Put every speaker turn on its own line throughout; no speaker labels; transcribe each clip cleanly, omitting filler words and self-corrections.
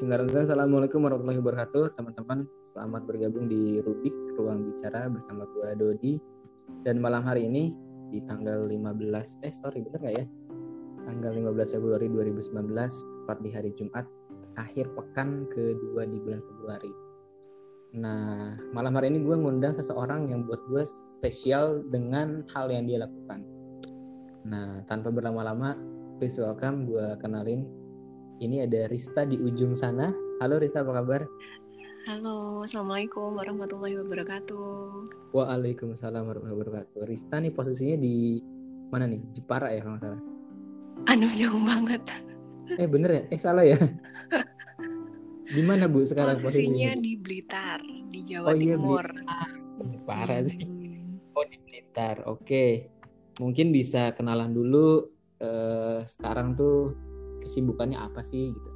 Bismillahirrahmanirrahim. Assalamualaikum warahmatullahi wabarakatuh. Teman-teman, selamat bergabung di Rubik Ruang Bicara bersama gue Dodi. Dan malam hari ini di tanggal 15, bener nggak ya? Tanggal 15 Februari 2019, tepat di hari Jumat, akhir pekan kedua di bulan Februari. Nah, malam hari ini gue ngundang seseorang yang buat gue spesial dengan hal yang dia lakukan. Nah, tanpa berlama-lama, please welcome, gue kenalin. Ini ada Rista di ujung sana. Halo Rista, apa kabar?
Halo, Assalamualaikum warahmatullahi wabarakatuh.
Waalaikumsalam warahmatullahi wabarakatuh. Rista nih posisinya di mana nih? Jepara ya kalau nggak salah.
Jauh banget.
Bener ya? Salah ya? Di mana Bu sekarang posisinya?
Di Blitar, di Jawa Timur.
Blitar. Parah sih. Di Blitar. Oke. Mungkin bisa kenalan dulu. Sekarang tuh kesibukannya apa sih gitu?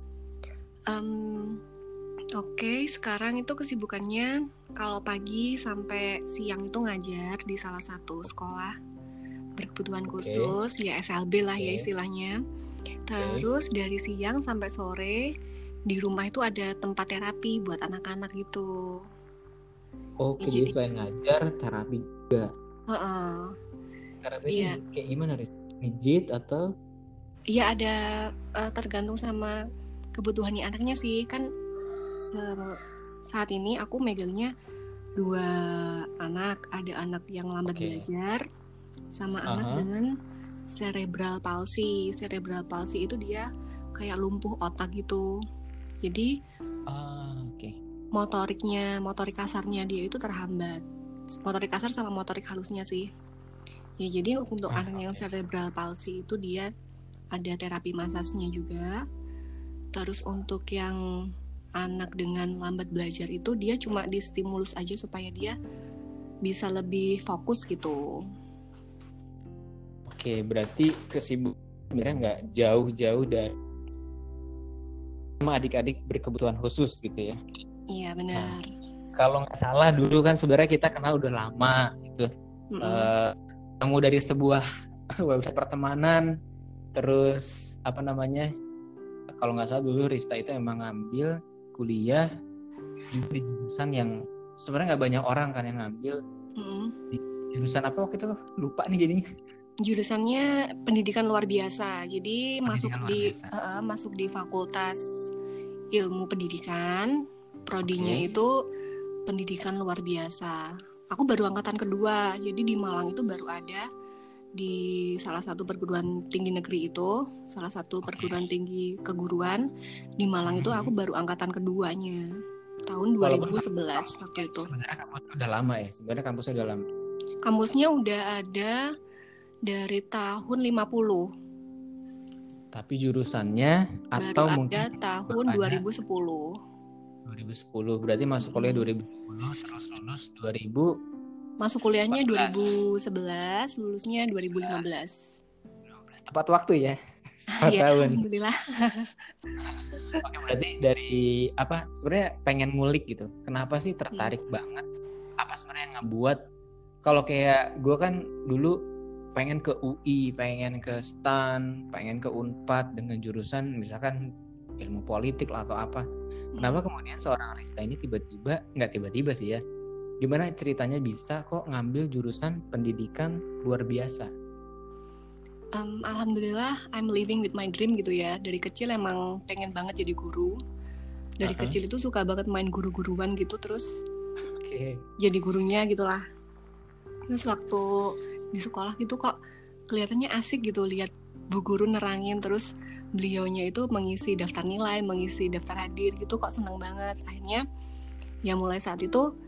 Oke, sekarang itu kesibukannya kalau pagi sampai siang itu ngajar di salah satu sekolah berkebutuhan khusus, ya SLB lah ya istilahnya. Terus dari siang sampai sore di rumah itu ada tempat terapi buat anak-anak gitu.
Oke, jadi selain ngajar, terapi juga. Terapi kayak gimana, Riz? Mijit atau?
Iya, ada tergantung sama kebutuhannya anaknya sih. Kan saat ini aku megangnya 2 anak. Ada anak yang lambat belajar sama anak dengan cerebral palsy. Cerebral palsy itu dia kayak lumpuh otak gitu. Jadi motorik kasarnya dia itu terhambat. Motorik kasar sama motorik halusnya sih. Ya, jadi untuk anak yang cerebral palsy itu dia ada terapi masasnya juga. Terus untuk yang anak dengan lambat belajar itu dia cuma distimulus aja supaya dia bisa lebih fokus gitu.
Oke, berarti kesibukan sebenarnya nggak jauh-jauh dari sama adik-adik berkebutuhan khusus gitu ya?
Iya, benar.
Kalau nggak salah dulu kan sebenarnya kita kenal udah lama gitu. Ketemu dari sebuah website pertemanan. Terus kalau nggak salah dulu Rista itu emang ngambil kuliah juga di jurusan yang sebenarnya nggak banyak orang kan yang ngambil. Di jurusan apa waktu itu? Lupa nih jadinya.
Jurusannya pendidikan luar biasa. Jadi masuk di Fakultas Ilmu Pendidikan. Prodinya itu pendidikan luar biasa. Aku baru angkatan kedua. Jadi di Malang itu baru ada di salah satu perguruan tinggi negeri itu, salah satu perguruan tinggi keguruan di Malang itu aku baru angkatan keduanya tahun 2011 waktu itu.
Sebenarnya kampusnya udah lama ya?
Kampusnya udah ada dari tahun 50.
Tapi jurusannya
baru
atau
ada
mungkin
tahun 2010.
2010 berarti masuk kuliah 2010 terus lulus 2000.
Masuk kuliahnya 2011, lulusnya 2015.
Tepat waktu ya.
Ya, alhamdulillah.
Oke, berarti dari apa? Sebenarnya pengen ngulik gitu. Kenapa sih tertarik banget? Apa sebenarnya yang ngebuat? Kalau kayak gue kan dulu pengen ke UI, pengen ke STAN, pengen ke Unpad dengan jurusan misalkan ilmu politik lah atau apa. Kenapa kemudian seorang Rista ini nggak tiba-tiba sih ya? Gimana ceritanya bisa kok ngambil jurusan pendidikan luar biasa?
Alhamdulillah, I'm living with my dream gitu ya. Dari kecil emang pengen banget jadi guru. Dari kecil itu suka banget main guru-guruan gitu, terus jadi gurunya gitulah. Terus waktu di sekolah gitu kok kelihatannya asik gitu lihat bu guru nerangin, terus beliaunya itu mengisi daftar nilai, mengisi daftar hadir gitu, kok seneng banget. Akhirnya ya mulai saat itu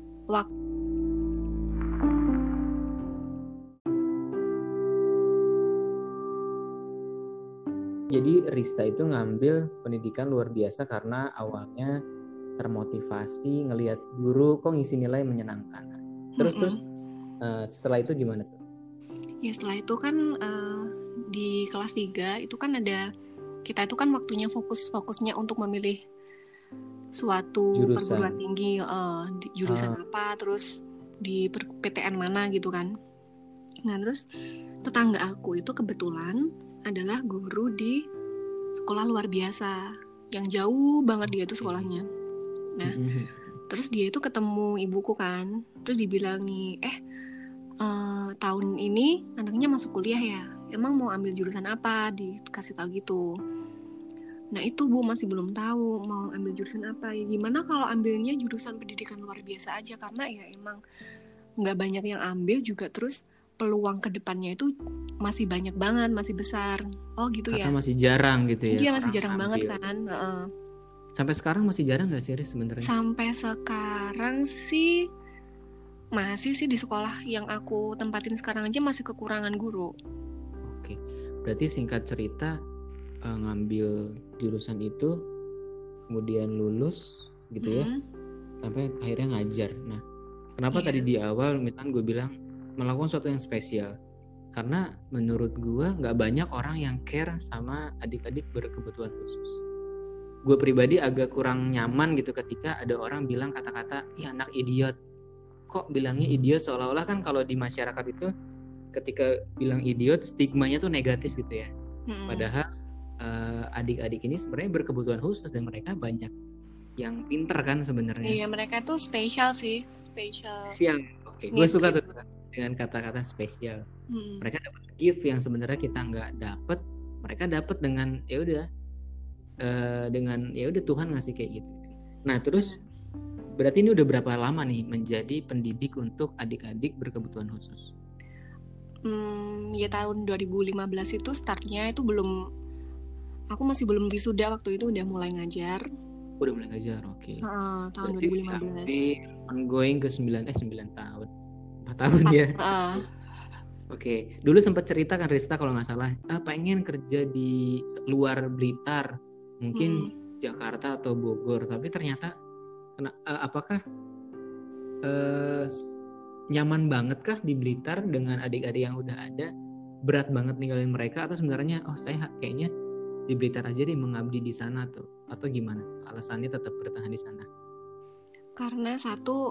Jadi Rista itu ngambil pendidikan luar biasa karena awalnya termotivasi ngelihat guru kok ngisi nilai menyenangkan. Terus setelah itu gimana tuh?
Ya setelah itu kan di kelas 3 itu kan kita itu kan waktunya fokusnya untuk memilih suatu perguruan tinggi, jurusan apa, terus di PTN mana gitu kan. Nah terus tetangga aku itu kebetulan adalah guru di sekolah luar biasa yang jauh banget dia tuh sekolahnya. Nah, terus dia itu ketemu ibuku kan, terus dibilangi, tahun ini anaknya masuk kuliah ya, emang mau ambil jurusan apa, dikasih tahu gitu. Nah itu Bu masih belum tahu mau ambil jurusan apa. Ya, gimana kalau ambilnya jurusan pendidikan luar biasa aja, karena ya emang nggak banyak yang ambil juga, terus peluang kedepannya itu masih banyak banget, masih besar. Oh gitu
karena
ya.
masih jarang gitu ya.
Iya masih jarang
ambil.
banget kan.
Sampai sekarang masih jarang nggak sih sebenarnya?
Sampai sekarang sih masih sih, di sekolah yang aku tempatin sekarang aja masih kekurangan guru.
Oke, berarti singkat cerita ngambil jurusan itu, kemudian lulus gitu ya, sampai akhirnya ngajar. Nah, kenapa tadi di awal misalkan gue bilang melakukan sesuatu yang spesial? Karena menurut gue nggak banyak orang yang care sama adik-adik berkebutuhan khusus. Gue pribadi agak kurang nyaman gitu ketika ada orang bilang kata-kata, "Ih anak idiot." Kok bilangnya idiot, seolah-olah kan kalau di masyarakat itu ketika bilang idiot stigmanya tuh negatif gitu ya. Padahal adik-adik ini sebenarnya berkebutuhan khusus dan mereka banyak yang pinter kan sebenarnya.
Iya, mereka tuh spesial sih, spesial.
Siang. Oke, gue suka tuh dengan kata-kata spesial. Mereka dapat gift yang sebenarnya kita nggak dapat, mereka dapat dengan ya udah, dengan ya udah Tuhan ngasih kayak gitu. Nah terus berarti ini udah berapa lama nih menjadi pendidik untuk adik-adik berkebutuhan khusus?
Ya tahun 2015 itu startnya, itu belum, aku masih belum wisuda waktu itu, udah mulai ngajar.
Udah mulai ngajar, oke.
Tahun
berarti 2015. Ongoing ke 9 tahun. 4 tahun ya. Oke, dulu sempat cerita kan Rista kalau nggak salah, pengen kerja di luar Blitar, mungkin Jakarta atau Bogor, tapi ternyata apakah nyaman banget kah di Blitar dengan adik-adik yang udah ada, berat banget ninggalin mereka, atau sebenarnya saya kayaknya di Blitar aja deh mengabdi di sana tuh, atau gimana tuh alasannya tetap bertahan di sana?
Karena satu,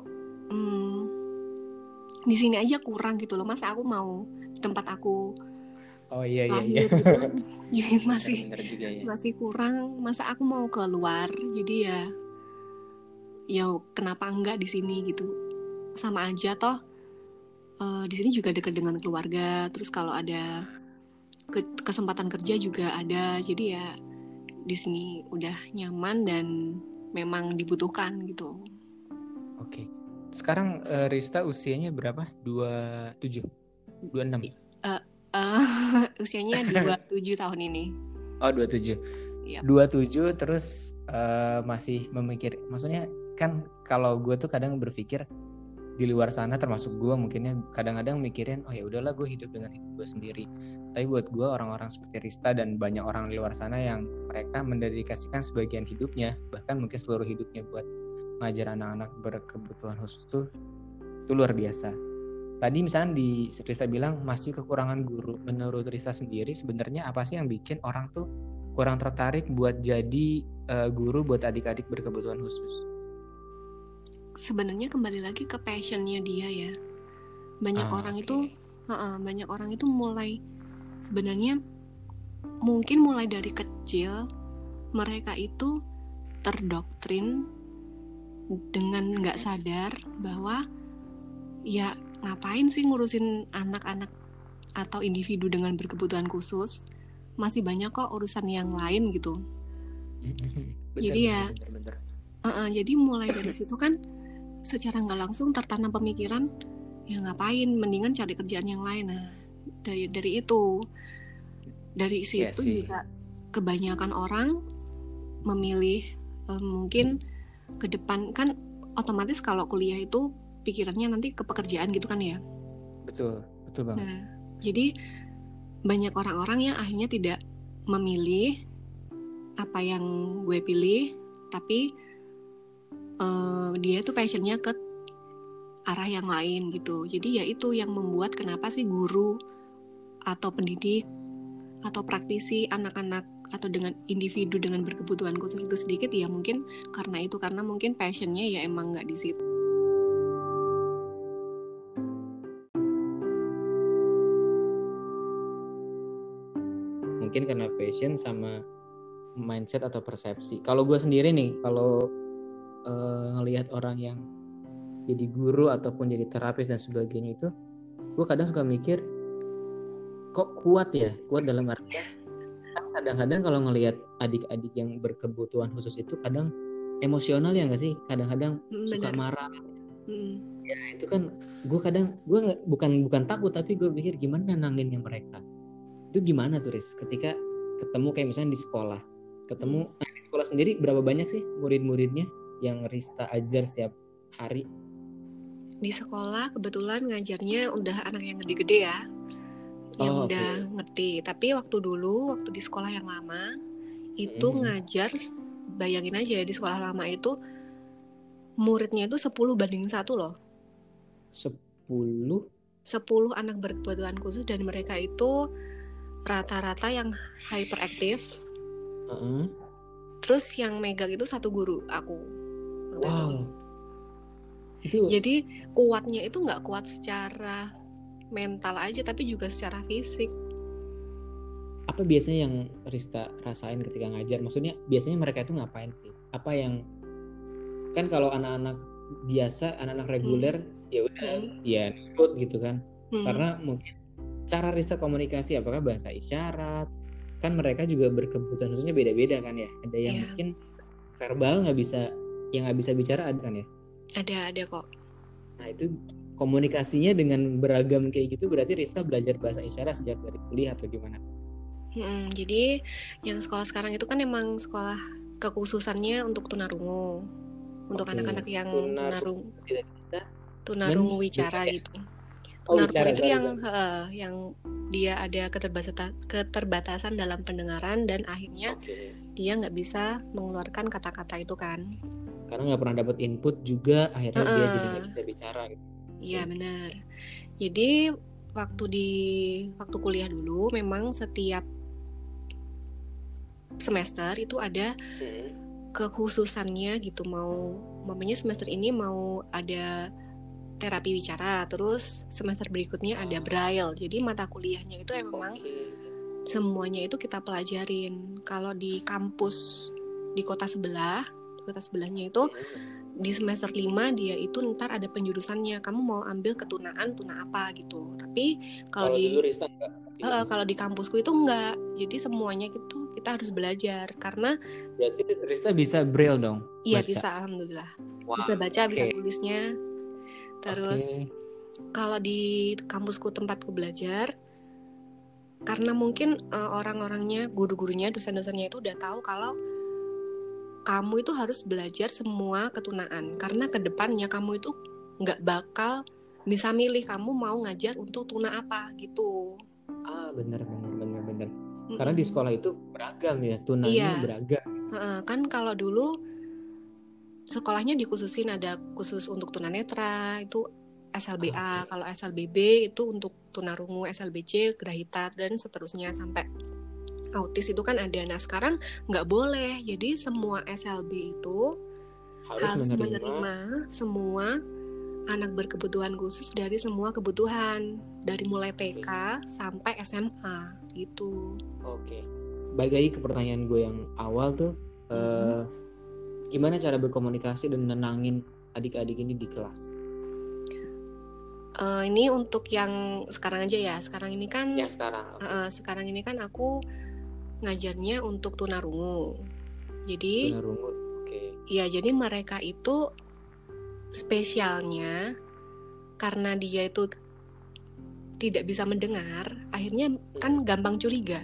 di sini aja kurang gitu loh, masa aku mau tempat aku lahir gitu jadi masih kurang, masa aku mau keluar, jadi ya kenapa enggak di sini gitu, sama aja toh. Di sini juga dekat dengan keluarga, terus kalau ada kesempatan kerja juga ada, jadi ya di sini udah nyaman dan memang dibutuhkan gitu.
Oke. Sekarang Rista usianya berapa? 27? 26?
Usianya 27 tahun ini.
Oh 27. Yep. 27 terus masih memikir, maksudnya kan kalau gue tuh kadang berpikir di luar sana, termasuk gue mungkinnya kadang-kadang mikirin, oh ya udahlah gue hidup dengan hidup gue sendiri. Tapi buat gue orang-orang seperti Rista dan banyak orang di luar sana yang mereka mendedikasikan sebagian hidupnya, bahkan mungkin seluruh hidupnya buat ngajar anak-anak berkebutuhan khusus tuh, itu luar biasa. Tadi misalnya di Rista bilang masih kekurangan guru. Menurut Rista sendiri sebenarnya apa sih yang bikin orang tuh kurang tertarik buat jadi guru buat adik-adik berkebutuhan khusus?
Sebenarnya kembali lagi ke passionnya dia ya. Banyak orang itu mulai, sebenarnya mungkin mulai dari kecil mereka itu terdoktrin dengan nggak sadar bahwa ya ngapain sih ngurusin anak-anak atau individu dengan berkebutuhan khusus, masih banyak kok urusan yang lain gitu. Jadi jadi mulai dari situ kan secara nggak langsung tertanam pemikiran, ya ngapain, mendingan cari kerjaan yang lain. Nah dari situ juga kebanyakan orang memilih mungkin ke depan kan otomatis kalau kuliah itu pikirannya nanti ke pekerjaan gitu kan ya. Betul banget. Nah, jadi banyak orang-orang yang akhirnya tidak memilih apa yang gue pilih, tapi dia tuh passionnya ke arah yang lain gitu. Jadi ya itu yang membuat kenapa sih guru atau pendidik atau praktisi anak-anak atau dengan individu dengan berkebutuhan khusus itu sedikit, ya mungkin karena mungkin passionnya ya emang nggak di situ.
Mungkin karena passion sama mindset atau persepsi. Kalau gue sendiri nih, kalau ngelihat orang yang jadi guru ataupun jadi terapis dan sebagainya itu, gue kadang suka mikir, kok kuat dalam artian kadang-kadang kalau ngelihat adik-adik yang berkebutuhan khusus itu kadang emosional ya nggak sih, kadang-kadang suka marah. Ya itu kan gue kadang bukan takut, tapi gue pikir gimana nenanginnya mereka. Itu gimana tuh Riz, ketika ketemu kayak misalnya di sekolah, di sekolah sendiri berapa banyak sih murid-muridnya yang Rista ajar setiap hari?
Di sekolah kebetulan ngajarnya udah anak yang gede-gede ya, yang udah ngerti. Tapi waktu di sekolah yang lama itu ngajar, bayangin aja di sekolah lama itu muridnya itu 10:1 loh. 10 anak berkebutuhan khusus, dan mereka itu rata-rata yang hyperaktif. Terus yang megang itu satu guru aku waktu itu. Jadi kuatnya itu nggak kuat secara mental aja, tapi juga secara fisik.
Apa biasanya yang Rista rasain ketika ngajar? Maksudnya biasanya mereka itu ngapain sih? Apa yang, kan kalau anak-anak biasa, anak-anak reguler ya udah ya nurut gitu kan. Karena mungkin cara Rista komunikasi, apakah bahasa isyarat, kan mereka juga berkebutuhan khususnya beda-beda kan ya. Ada yang mungkin verbal nggak bisa bicara, ada kan ya?
Ada kok.
Nah itu komunikasinya dengan beragam kayak gitu, berarti Rista belajar bahasa isyarat sejak dari kuliah atau gimana tuh?
Jadi yang sekolah sekarang itu kan emang sekolah kekhususannya untuk tunarungu, untuk anak-anak yang tunarungu wicara gitu. Tunarungu itu yang dia ada keterbatasan dalam pendengaran, dan akhirnya dia nggak bisa mengeluarkan kata-kata itu kan.
Karena nggak pernah dapat input juga, akhirnya dia jadi nggak bisa bicara gitu.
Iya benar. Jadi waktu kuliah dulu memang setiap semester itu ada kekhususannya gitu. Mamanya semester ini mau ada terapi wicara, terus semester berikutnya ada braille. Jadi mata kuliahnya itu emang semuanya itu kita pelajarin. Kalau di kampus di kota sebelahnya itu di semester 5 dia itu ntar ada penjurusannya, kamu mau ambil ketunaan, tuna apa gitu. Tapi kalau di kampusku itu enggak. Jadi semuanya gitu kita harus belajar, karena
berarti Rista bisa braille dong?
Iya bisa, alhamdulillah. Bisa baca, bisa tulisnya. Terus kalau di kampusku tempatku belajar, karena mungkin orang-orangnya, guru-gurunya, dosen-dosennya itu udah tahu kalau kamu itu harus belajar semua ketunaan, karena kedepannya kamu itu nggak bakal bisa milih kamu mau ngajar untuk tuna apa gitu.
Bener. Karena di sekolah itu beragam ya, tunanya beragam.
Kan kalau dulu sekolahnya dikhususin, ada khusus untuk tunanetra itu SLBA, kalau SLBB itu untuk tunarungu, SLBC, grahita, dan seterusnya sampai autis itu kan ada. Nah sekarang nggak boleh, jadi semua SLB itu harus menerima semua anak berkebutuhan khusus dari semua kebutuhan, dari mulai TK sampai SMA gitu.
Balik lagi ke pertanyaan gue yang awal tuh, gimana cara berkomunikasi dan nenangin adik-adik ini di kelas?
Ini untuk yang sekarang aja ya. Sekarang ini kan sekarang ini kan aku ngajarnya untuk tunarungu. Jadi iya, jadi mereka itu spesialnya karena dia itu tidak bisa mendengar, akhirnya kan gampang curiga.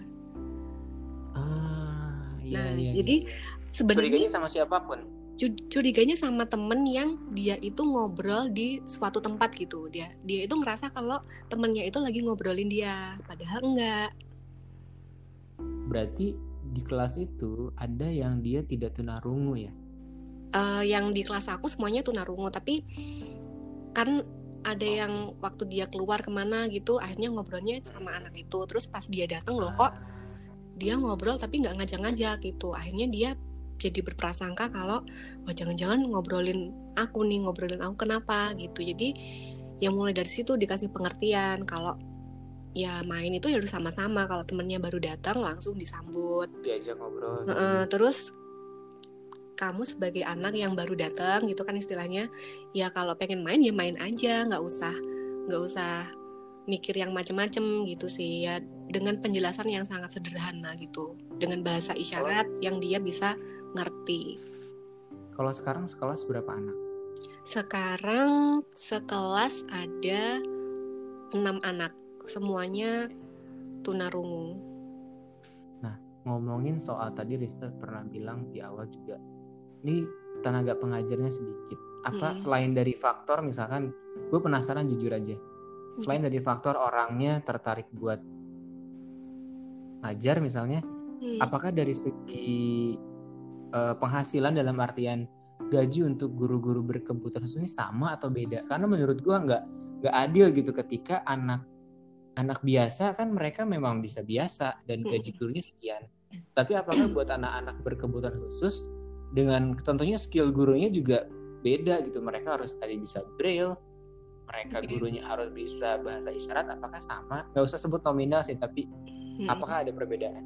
Jadi sebenarnya
curiganya sama siapapun.
Curiganya sama temen yang dia itu ngobrol di suatu tempat gitu. Dia itu ngerasa kalau temennya itu lagi ngobrolin dia, padahal enggak.
Berarti di kelas itu ada yang dia tidak tunarungu ya?
Yang di kelas aku semuanya tunarungu, tapi kan ada yang waktu dia keluar kemana gitu, akhirnya ngobrolnya sama anak itu. Terus pas dia datang loh kok dia ngobrol tapi nggak ngajak-ngajak gitu. Akhirnya dia jadi berprasangka kalau jangan-jangan ngobrolin aku kenapa gitu. Jadi yang mulai dari situ dikasih pengertian kalau ya main itu ya harus sama-sama. Kalau temennya baru datang langsung disambut,
diajak ngobrol.
Terus kamu sebagai anak yang baru datang gitu kan istilahnya, ya kalau pengen main ya main aja, nggak usah mikir yang macem-macem gitu sih ya, dengan penjelasan yang sangat sederhana gitu, dengan bahasa isyarat yang dia bisa ngerti.
Kalau sekarang sekelas berapa anak?
Sekarang sekelas ada 6 anak, semuanya tunarungu.
Nah, ngomongin soal tadi Rista pernah bilang di awal juga, ini tenaga pengajarnya sedikit. Apa selain dari faktor misalkan, gue penasaran jujur aja, selain dari faktor orangnya tertarik buat ngajar misalnya, apakah dari segi penghasilan dalam artian gaji untuk guru-guru berkebutuhan khusus ini sama atau beda? Karena menurut gue nggak adil gitu ketika anak biasa kan mereka memang bisa biasa dan gaji gurunya sekian. Tapi apakah buat anak-anak berkebutuhan khusus dengan tentunya skill gurunya juga beda gitu. Mereka harus tadi bisa braille, mereka gurunya harus bisa bahasa isyarat. Apakah sama? Nggak usah sebut nominal sih, tapi apakah ada perbedaan?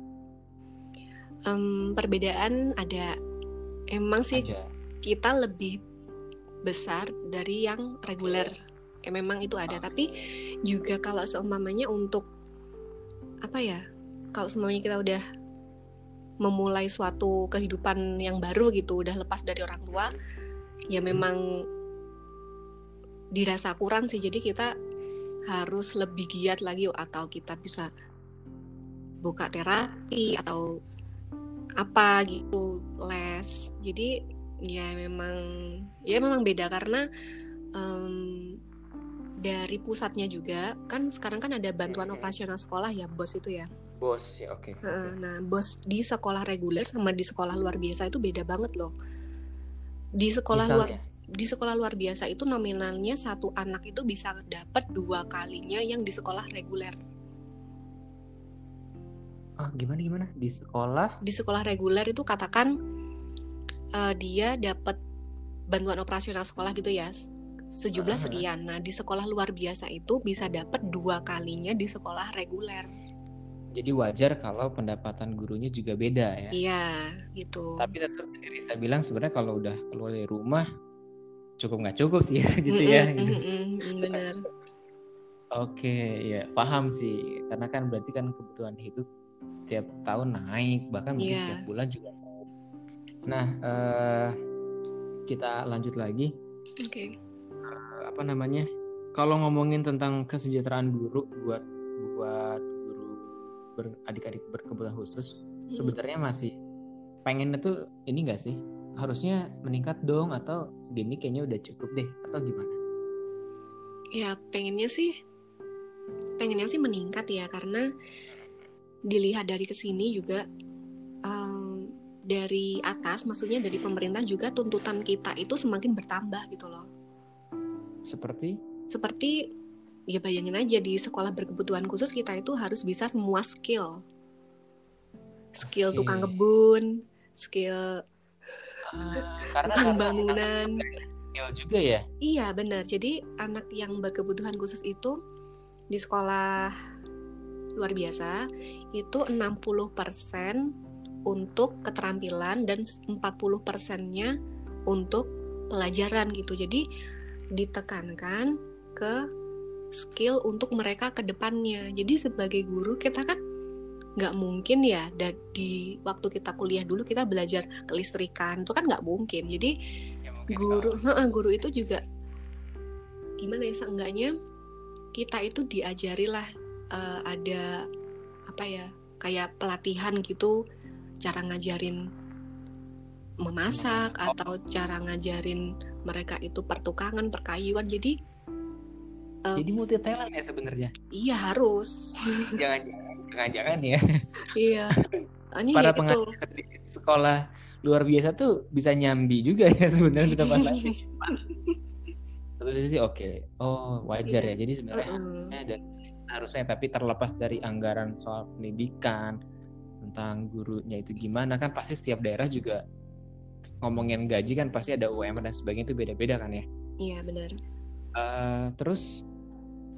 Perbedaan ada. Emang sih
ada.
Kita lebih besar dari yang reguler. Memang itu ada. Tapi juga kalau seumpamanya untuk apa ya? Kalau semuanya kita udah memulai suatu kehidupan yang baru gitu, udah lepas dari orang tua, ya memang dirasa kurang sih. Jadi kita harus lebih giat lagi, atau kita bisa buka terapi atau apa gitu, les. Jadi ya memang beda karena dari pusatnya juga kan sekarang kan ada bantuan operasional sekolah ya, BOS itu ya.
BOS ya, oke.
Nah, BOS di sekolah reguler sama di sekolah luar biasa itu beda banget loh. Di sekolah luar biasa itu nominalnya satu anak itu bisa dapat 2 kalinya yang di sekolah reguler.
Gimana? Di sekolah reguler itu katakan
dia dapat bantuan operasional sekolah gitu ya, sejumlah sekian. Nah, di sekolah luar biasa itu bisa dapat 2 kalinya di sekolah reguler.
Jadi wajar kalau pendapatan gurunya juga beda ya.
Iya, gitu.
Tapi tetap Rista bilang sebenarnya kalau udah keluar dari rumah cukup nggak cukup sih ya, gitu ya.
Benar.
Oke, ya paham sih. Karena kan berarti kan kebutuhan hidup setiap tahun naik, bahkan mungkin setiap bulan juga. Nah, kita lanjut lagi.
Oke.
Kalau ngomongin tentang kesejahteraan guru buat guru adik-adik berkebutuhan khusus, sebenarnya masih pengennya tuh ini nggak sih? Harusnya meningkat dong, atau segini kayaknya udah cukup deh, atau gimana?
Ya pengennya sih meningkat ya, karena dilihat dari kesini juga dari atas, maksudnya dari pemerintah juga tuntutan kita itu semakin bertambah gitu loh. Seperti ya bayangin aja, di sekolah berkebutuhan khusus kita itu harus bisa semua skill tukang kebun, skill bangunan
juga ya.
Iya benar. Jadi anak yang berkebutuhan khusus itu di sekolah luar biasa itu 60% untuk keterampilan dan 40%-nya untuk pelajaran gitu. Jadi ditekankan ke skill untuk mereka ke depannya. Jadi sebagai guru kita kan nggak mungkin ya di waktu kita kuliah dulu kita belajar kelistrikan, itu kan nggak mungkin. Jadi guru itu juga gimana ya, seenggaknya kita itu diajarilah ada apa ya, kayak pelatihan gitu, cara ngajarin memasak atau cara ngajarin mereka itu pertukangan, perkayuan. Jadi
multi talent ya sebenarnya.
Iya harus.
Jangan ya.
Iya.
Para pengajar di sekolah luar biasa tuh bisa nyambi juga ya sebenarnya di tempat lain. Satu sisi oke. Wajar ya. Jadi sebenarnya dan harusnya, tapi terlepas dari anggaran soal pendidikan, tentang gurunya itu gimana, kan pasti setiap daerah juga ngomongin gaji kan pasti ada UMR dan sebagainya, itu beda-beda kan ya.
Iya benar.
Terus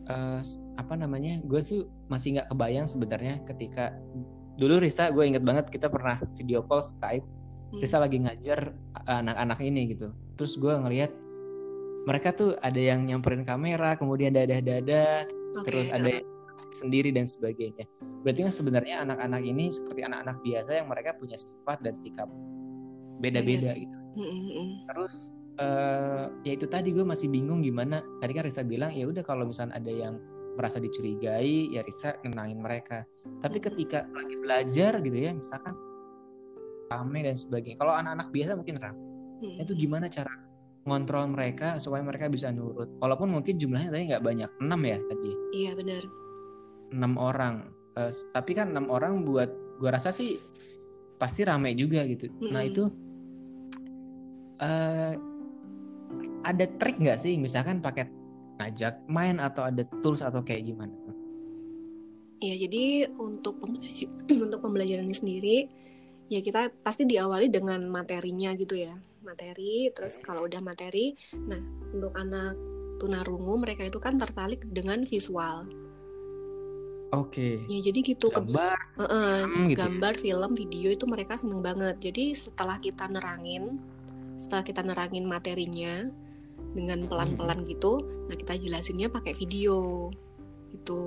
apa namanya, gue tuh masih nggak kebayang sebenarnya ketika dulu Rista, gue inget banget kita pernah video call Skype. Rista lagi ngajar anak-anak ini gitu. Terus gue ngelihat mereka tuh ada yang nyamperin kamera, kemudian dadah-dadah, terus ada yang sendiri dan sebagainya. Berarti kan sebenarnya anak-anak ini seperti anak-anak biasa yang mereka punya sifat dan sikap beda-beda gitu. Terus ya itu tadi gue masih bingung gimana. Tadi kan Rista bilang ya udah kalau misalnya ada yang merasa dicurigai ya Rista nenangin mereka. Tapi ketika lagi belajar gitu ya, misalkan rame dan sebagainya. Kalau anak-anak biasa mungkin rame. Itu gimana cara ngontrol mereka supaya mereka bisa nurut? Walaupun mungkin jumlahnya tadi nggak banyak, 6 ya tadi.
Iya benar.
6 orang. Tapi kan 6 orang buat gue rasa sih pasti rame juga gitu. Nah itu ada trik nggak sih, misalkan pakai ngajak main atau ada tools atau kayak gimana tuh?
Iya, jadi untuk pembelajaran ini sendiri ya kita pasti diawali dengan materinya gitu ya, materi. Terus kalau udah materi, nah untuk anak tunarungu mereka itu kan tertarik dengan visual.
Oke.
Ya jadi gitu,
gambar, film, gitu
gambar, film, video itu mereka seneng banget. Jadi setelah kita nerangin materinya dengan pelan-pelan gitu, nah kita jelasinnya pakai video gitu.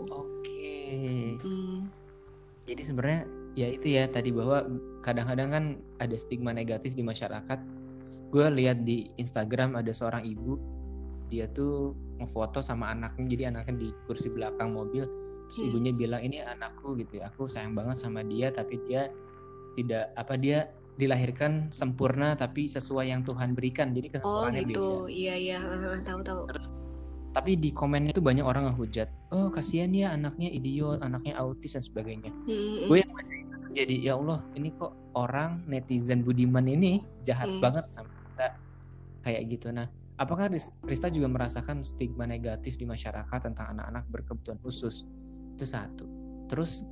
Oke. Jadi sebenarnya ya itu ya tadi, bahwa kadang-kadang kan ada stigma negatif di masyarakat. Gue lihat di Instagram ada seorang ibu, dia tuh ngefoto sama anaknya, jadi anaknya di kursi belakang mobil. Terus ibunya bilang ini anakku gitu ya, aku sayang banget sama dia, tapi dia tidak dia dilahirkan sempurna tapi sesuai yang Tuhan berikan, jadi kesempurnaannya beda.
Oh gitu, iya tahu.
Terus tapi di komennya tuh banyak orang ngehujat, oh kasihan ya anaknya idiot, anaknya autis dan sebagainya. Gue yang jadi ya Allah, ini kok orang netizen budiman ini jahat banget sama kita kayak gitu. Nah, apakah Rista juga merasakan stigma negatif di masyarakat tentang anak-anak berkebutuhan khusus? Itu satu. Terus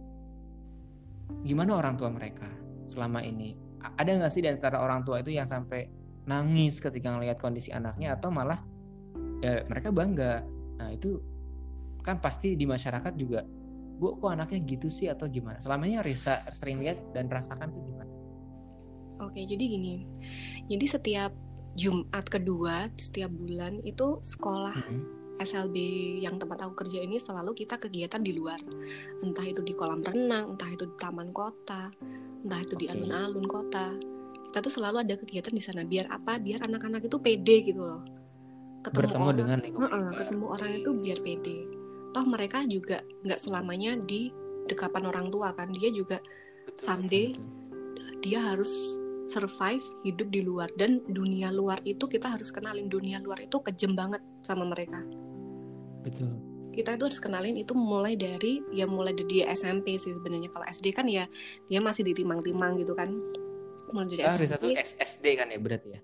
gimana orang tua mereka selama ini? Ada nggak sih di antara orang tua itu yang sampai nangis ketika ngelihat kondisi anaknya, atau malah ya mereka bangga? Nah itu kan pasti di masyarakat juga, Bu kok anaknya gitu sih, atau gimana? Selama ini Rista sering lihat dan rasakan itu gimana?
Oke, jadi gini. Jadi setiap Jumat kedua setiap bulan itu sekolah SLB yang tempat aku kerja ini selalu kita kegiatan di luar. Entah itu di kolam renang, entah itu di taman kota, entah itu di alun-alun kota. Kita tuh selalu ada kegiatan di sana. Biar apa? Biar anak-anak itu pede gitu loh.
Bertemu dengan lingkungan.
Ketemu orang itu biar pede. Toh mereka juga nggak selamanya di dekapan orang tua kan. Dia juga someday dia harus survive hidup di luar, dan dunia luar itu kita harus kenalin. Dunia luar itu kejam banget sama mereka.
Betul.
Kita itu harus kenalin itu mulai dari dia SMP sih sebenarnya. Kalau SD kan ya dia masih ditimang-timang gitu kan. Mulai dari SMP.
Risa tuh SD kan ya berarti ya?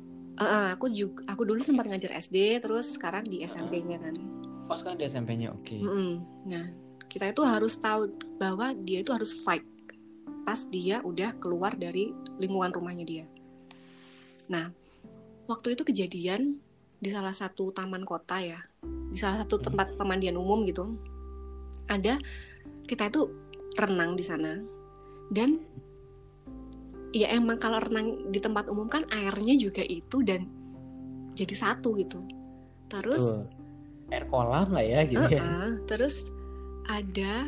Aku dulu sempat ngajar SD, terus sekarang di SMP-nya kan.
Oh sekarang di SMP-nya, oke.
Nah kita itu harus tahu bahwa dia itu harus fight pas dia udah keluar dari lingkungan rumahnya dia. Nah waktu itu kejadian di salah satu taman kota ya, di salah satu tempat pemandian umum gitu. Kita itu renang di sana, dan ya emang kalau renang di tempat umum kan airnya juga itu dan jadi satu gitu. Terus
air kolam lah ya gitu ya.
Terus ada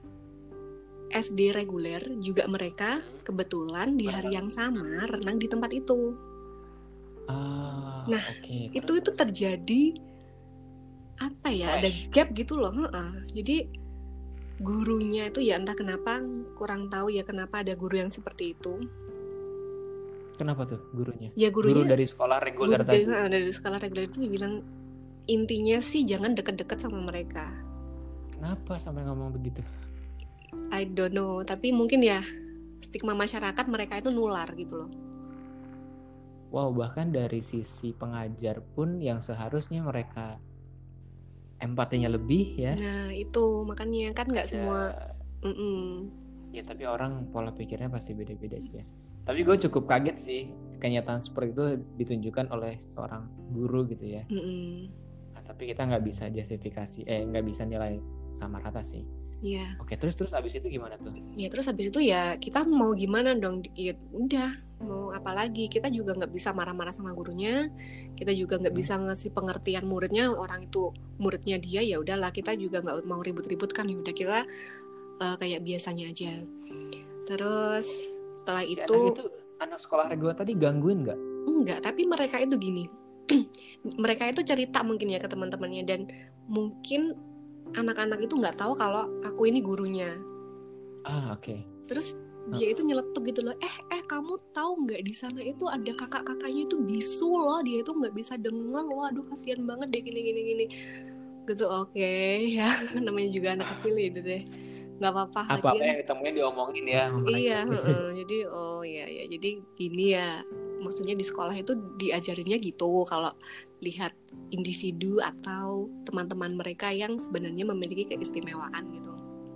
SD reguler juga, mereka kebetulan di hari yang sama renang di tempat itu. Nah itu terjadi apa ya, ada gap gitu loh. Jadi gurunya itu ya entah kenapa, kurang tahu ya kenapa ada guru yang seperti itu.
Kenapa tuh gurunya?
Ya gurunya
guru dari sekolah reguler tadi.
Dari sekolah reguler itu bilang intinya sih jangan deket-deket sama mereka.
Kenapa sampai ngomong begitu?
I don't know, tapi mungkin ya stigma masyarakat mereka itu nular gitu loh.
Wow, bahkan dari sisi pengajar pun yang seharusnya mereka empatinya lebih ya.
Nah itu makanya kan nggak semua.
Ya tapi orang pola pikirnya pasti beda-beda sih ya. Tapi gue cukup kaget sih kenyataan seperti itu ditunjukkan oleh seorang guru gitu ya. tapi kita nggak bisa justifikasi, nggak bisa nilai sama rata sih.
Iya.
Oke, terus abis itu gimana tuh?
Ya terus habis itu ya kita mau gimana dong? Ya udah, mau apa lagi? Kita juga nggak bisa marah-marah sama gurunya. Kita juga nggak bisa ngasih pengertian muridnya. Orang itu muridnya dia, ya udahlah. Kita juga nggak mau ribut-ribut kan. Ya udah kita kayak biasanya aja. Terus setelah itu
anak sekolah reguler tadi gangguin nggak?
Enggak, tapi mereka itu gini. Mereka itu cerita mungkin ya ke teman-temannya, dan mungkin anak-anak itu nggak tahu kalau aku ini gurunya.
Oke.
Terus dia itu nyeletuk gitu loh, kamu tahu nggak di sana itu ada kakak-kakaknya itu bisu loh, dia itu nggak bisa dengar loh, aduh kasihan banget deh gini gitu. Oke, ya namanya juga anak kecil itu deh, nggak apa-apa.
Apa yang ditemuin diomongin ya.
Iya, jadi jadi gini ya, maksudnya di sekolah itu diajarinnya gitu, kalau lihat individu atau teman-teman mereka yang sebenarnya memiliki keistimewaan gitu.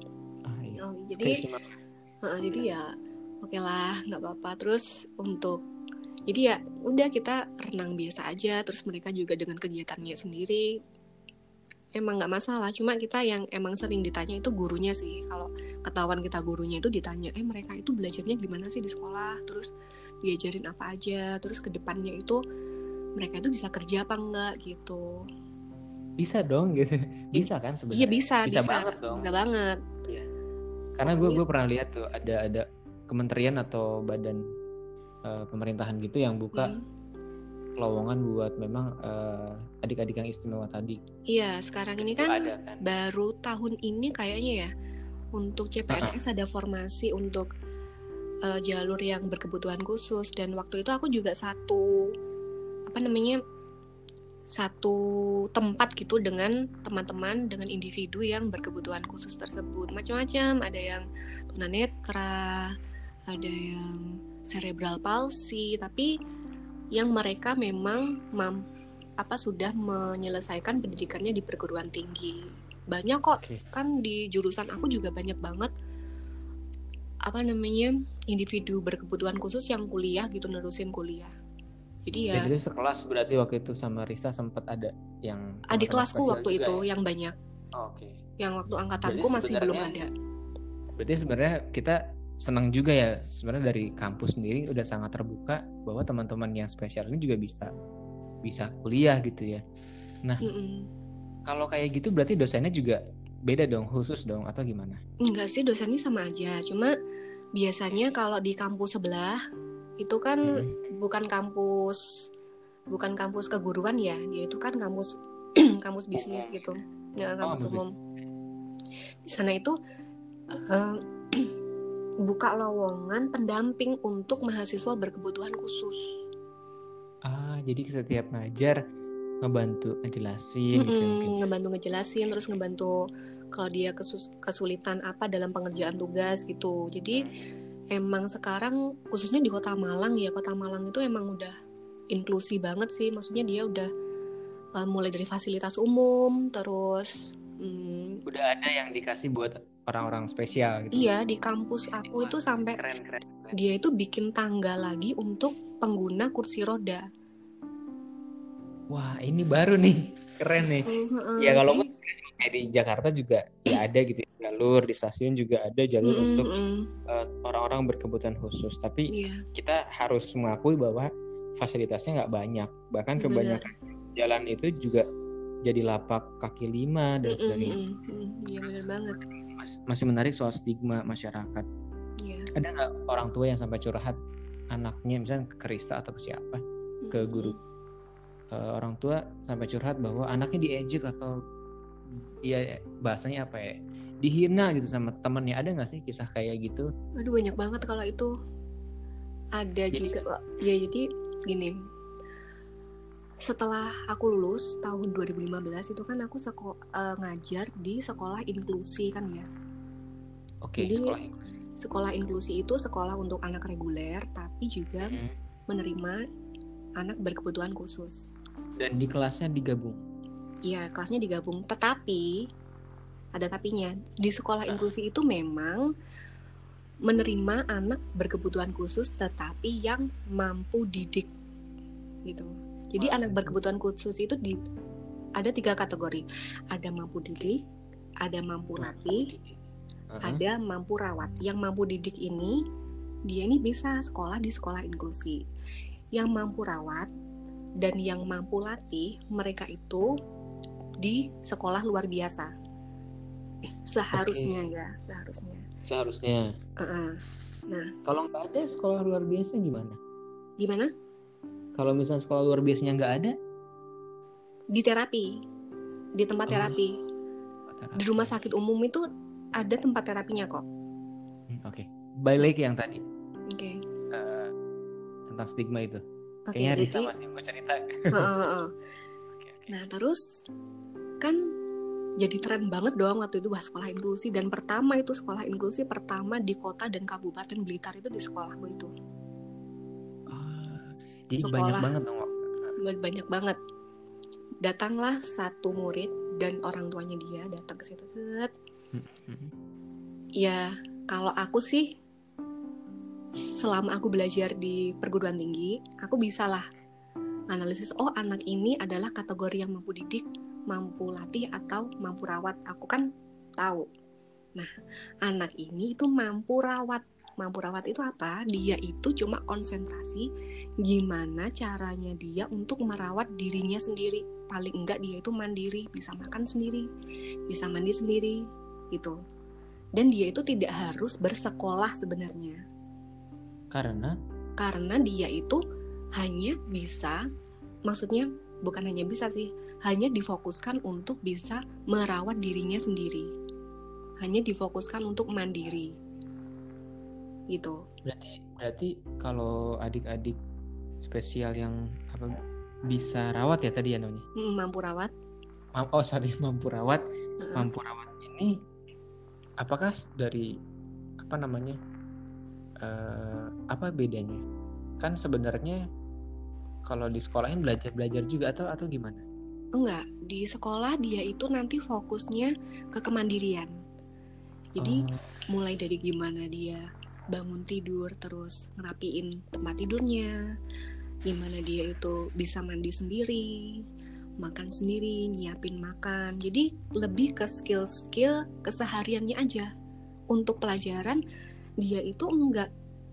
Jadi ya oke lah, nggak apa-apa. Terus jadi ya udah, kita renang biasa aja. Terus mereka juga dengan kegiatannya sendiri, emang nggak masalah. Cuma kita yang emang sering ditanya itu gurunya sih. Kalau ketahuan kita gurunya itu ditanya, mereka itu belajarnya gimana sih di sekolah, terus diajarin apa aja, terus kedepannya itu mereka itu bisa kerja apa enggak gitu.
Bisa dong gitu. Bisa kan sebenarnya?
Iya bisa
banget dong.
Bisa banget.
Iya. Karena gue pernah lihat tuh ada kementerian atau badan pemerintahan gitu yang buka lowongan buat memang adik-adik yang istimewa tadi.
Iya, sekarang ini kan baru tahun ini kayaknya ya, untuk CPNS ada formasi untuk jalur yang berkebutuhan khusus. Dan waktu itu aku juga satu tempat gitu dengan teman-teman dengan individu yang berkebutuhan khusus tersebut. Macam-macam, ada yang tunanetra, ada yang cerebral palsy, tapi yang mereka memang sudah menyelesaikan pendidikannya di perguruan tinggi. Banyak kok. Kan di jurusan aku juga banyak banget individu berkebutuhan khusus yang kuliah gitu, nerusin kuliah. Jadi ya.
Jadi sekelas berarti waktu itu sama Rista sempat ada yang
adik kelasku waktu itu ya? Yang banyak.
Oke.
Yang waktu angkatanku masih belum ada.
Berarti sebenarnya kita senang juga ya, sebenarnya dari kampus sendiri udah sangat terbuka bahwa teman-teman yang spesial ini juga bisa kuliah gitu ya. Nah, kalau kayak gitu berarti dosennya juga beda dong, khusus dong atau gimana?
Enggak sih, dosennya sama aja. Cuma biasanya kalau di kampus sebelah itu kan bukan kampus keguruan ya, dia itu kan kampus kampus bisnis gitu. Ya, kampus umum. Di sana itu buka lowongan pendamping untuk mahasiswa berkebutuhan khusus.
Jadi setiap ngajar ngebantu ngejelasin gitu.
Ngebantu ngejelasin, terus ngebantu kalau dia kesulitan apa dalam pengerjaan tugas gitu. Jadi emang sekarang khususnya di Kota Malang ya, Kota Malang itu emang udah inklusi banget sih. Maksudnya dia udah mulai dari fasilitas umum, terus
udah ada yang dikasih buat orang-orang spesial gitu.
Iya, di kampus aku itu sampai keren. Dia itu bikin tangga lagi untuk pengguna kursi roda.
Wah, ini baru nih, keren nih. Ya kalau kayak di Jakarta juga ya ada gitu, jalur di stasiun juga ada jalur untuk orang-orang berkebutuhan khusus. Tapi kita harus mengakui bahwa fasilitasnya nggak banyak. Bahkan kebanyakan jalan itu juga jadi lapak kaki 5 dan sebagainya.
Iya benar banget.
Masih menarik soal stigma masyarakat. Ada nggak orang tua yang sampai curhat anaknya, misalnya ke Rista atau ke siapa, ke guru, orang tua sampai curhat bahwa anaknya diejek atau dia bahasanya apa ya, dihina gitu sama temannya? Ada nggak sih kisah kayak gitu?
Aduh banyak banget kalau itu. Ada juga ya. Jadi gini, setelah aku lulus tahun 2015 itu kan aku ngajar di sekolah inklusi kan ya.
Oke,
jadi sekolah inklusi itu sekolah untuk anak reguler tapi juga menerima anak berkebutuhan khusus.
Dan di kelasnya digabung?
Iya, kelasnya digabung. Tetapi ada tapinya. Di sekolah inklusi itu memang menerima anak berkebutuhan khusus tetapi yang mampu didik gitu. Jadi anak berkebutuhan khusus itu ada 3 kategori. Ada mampu didik, ada mampu latih, ada mampu rawat. Yang mampu didik ini, dia ini bisa sekolah di sekolah inklusi. Yang mampu rawat dan yang mampu latih, mereka itu di sekolah luar biasa. Seharusnya ya,
seharusnya.
Nah,
kalau nggak ada sekolah luar biasa gimana? Kalau misalnya sekolah luar biasanya nggak ada?
Di terapi, di tempat terapi. Di rumah sakit umum itu ada tempat terapinya kok.
Oke. Balik yang tadi.
Oke.
Tentang stigma itu. Kayaknya Risa masih mau cerita.
Nah, terus kan jadi tren banget dong waktu itu sekolah inklusi, dan pertama itu sekolah inklusi pertama di kota dan kabupaten Blitar itu di sekolahku itu.
Jadi banyak banget dong.
Banyak banget. Datanglah satu murid dan orang tuanya dia datang ke situ. Ya, kalau aku sih selama aku belajar di perguruan tinggi, aku bisalah analisis, oh anak ini adalah kategori yang mampu didik, mampu latih, atau mampu rawat. Aku kan tahu. Nah, anak ini itu mampu rawat. Mampu rawat itu apa? Dia itu cuma konsentrasi gimana caranya dia untuk merawat dirinya sendiri. Paling enggak dia itu mandiri, bisa makan sendiri, bisa mandi sendiri, gitu. Dan dia itu tidak harus bersekolah sebenarnya. Karena dia itu hanya bisa, maksudnya bukan hanya bisa sih, hanya difokuskan untuk bisa merawat dirinya sendiri. Hanya difokuskan untuk mandiri. Gitu.
Berarti kalau adik-adik spesial yang bisa rawat ya tadi ya namanya?
Mampu rawat.
Mampu rawat. Mampu rawat ini apakah dari apa bedanya? Kan sebenarnya kalau di sekolahnya belajar juga atau gimana?
Enggak, di sekolah dia itu nanti fokusnya ke kemandirian. Jadi mulai dari gimana dia bangun tidur, terus ngerapiin tempat tidurnya, gimana dia itu bisa mandi sendiri, makan sendiri, nyiapin makan. Jadi lebih ke skill-skill kesehariannya aja. Untuk pelajaran dia itu enggak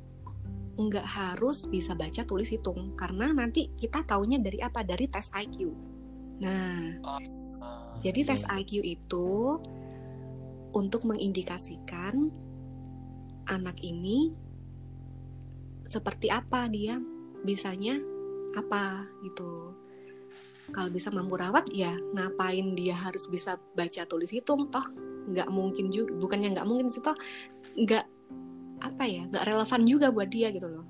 harus bisa baca, tulis, hitung, karena nanti kita taunya dari apa? Dari tes IQ. Nah, jadi tes IQ itu untuk mengindikasikan anak ini seperti apa, dia bisanya apa gitu. Kalau bisa mampu rawat, ya ngapain dia harus bisa baca, tulis, hitung? Toh nggak mungkin juga, bukannya nggak mungkin sih, toh nggak relevan juga buat dia gitu loh.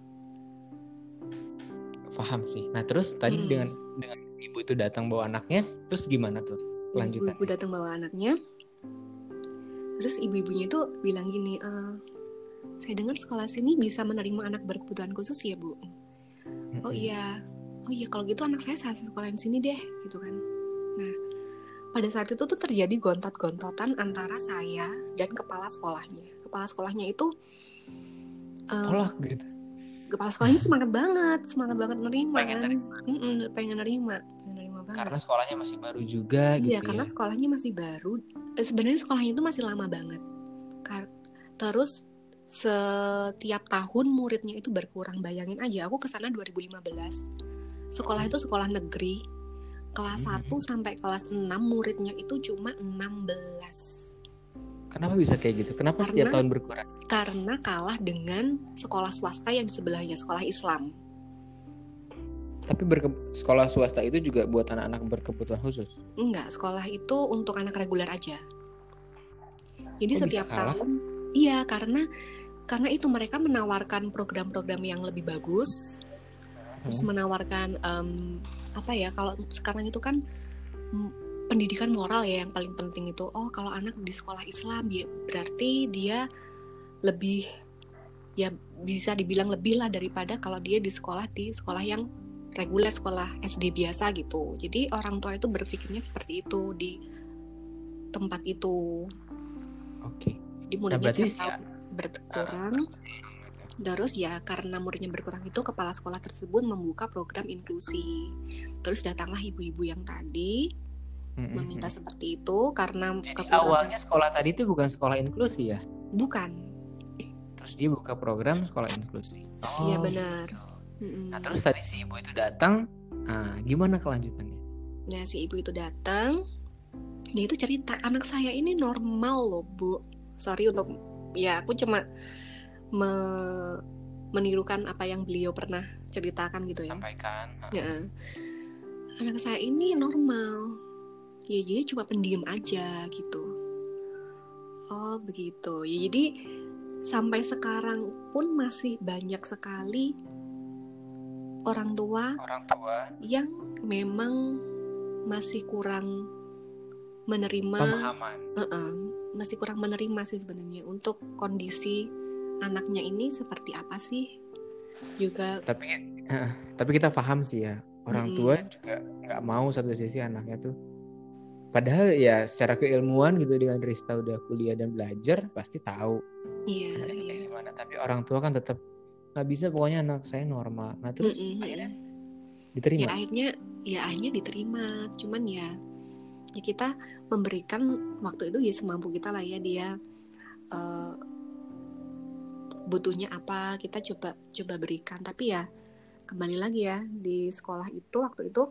Paham sih. Nah terus tadi dengan ibu itu datang bawa anaknya, terus gimana tuh lanjutannya?
Ibu datang bawa anaknya, terus ibu-ibunya itu bilang gini, saya dengar sekolah sini bisa menerima anak berkebutuhan khusus ya Bu. Oh iya kalau gitu anak saya sekolah di sini deh gitu kan. Nah pada saat itu tuh terjadi gontot-gontotan antara saya dan kepala sekolahnya. Kepala sekolahnya itu
gitu.
Kepala sekolahnya semangat banget nerima. Pengen nerima banget.
Karena sekolahnya masih baru juga gitu.
Iya, karena sekolahnya masih baru. Sebenarnya sekolahnya itu masih lama banget. Terus setiap tahun muridnya itu berkurang. Bayangin aja, aku kesana 2015. Sekolah itu sekolah negeri. Kelas 1 sampai kelas 6 muridnya itu cuma 16.
Kenapa bisa kayak gitu? Kenapa setiap tahun berkurang?
Karena kalah dengan sekolah swasta yang di sebelahnya, sekolah Islam.
Tapi sekolah swasta itu juga buat anak-anak berkebutuhan khusus?
Enggak, sekolah itu untuk anak reguler aja. Jadi setiap tahun, iya, karena itu mereka menawarkan program-program yang lebih bagus, terus menawarkan kalau sekarang itu kan pendidikan moral ya yang paling penting itu. Oh, kalau anak di sekolah Islam ya berarti dia lebih, ya bisa dibilang lebih lah daripada kalau dia di sekolah yang reguler, sekolah SD biasa gitu. Jadi orang tua itu berpikirnya seperti itu di tempat itu.
Oke.
Di muridnya berkurang. Terus ya karena muridnya berkurang itu kepala sekolah tersebut membuka program inklusi. Terus datanglah ibu-ibu yang tadi meminta seperti itu karena
jadi awalnya sekolah tadi itu bukan sekolah inklusi ya?
Bukan.
Terus dia buka program sekolah inklusi.
Iya benar.
Nah terus tadi si ibu itu datang, gimana kelanjutannya?
Nah si ibu itu datang, dia itu cerita, anak saya ini normal loh bu. Sorry untuk, ya aku cuma menirukan apa yang beliau pernah ceritakan gitu ya.
Sampaikan.
Ya. Anak saya ini normal, ya jadi cuma pendiam aja gitu. Oh begitu. Ya jadi sampai sekarang pun masih banyak sekali orang tua yang memang masih kurang menerima
pemahaman.
Masih kurang menerima sih sebenarnya untuk kondisi anaknya ini seperti apa sih juga.
Tapi kita paham sih ya, orang tua juga nggak mau satu sisi anaknya tuh, padahal ya secara keilmuan gitu, dengan Rista udah kuliah dan belajar pasti tahu gimana, tapi orang tua kan tetap nggak bisa, pokoknya anak saya normal. Nah terus akhirnya diterima.
Ya akhirnya diterima, cuman ya kita memberikan waktu itu ya semampu kita lah ya, dia butuhnya apa kita coba berikan. Tapi ya kembali lagi ya, di sekolah itu waktu itu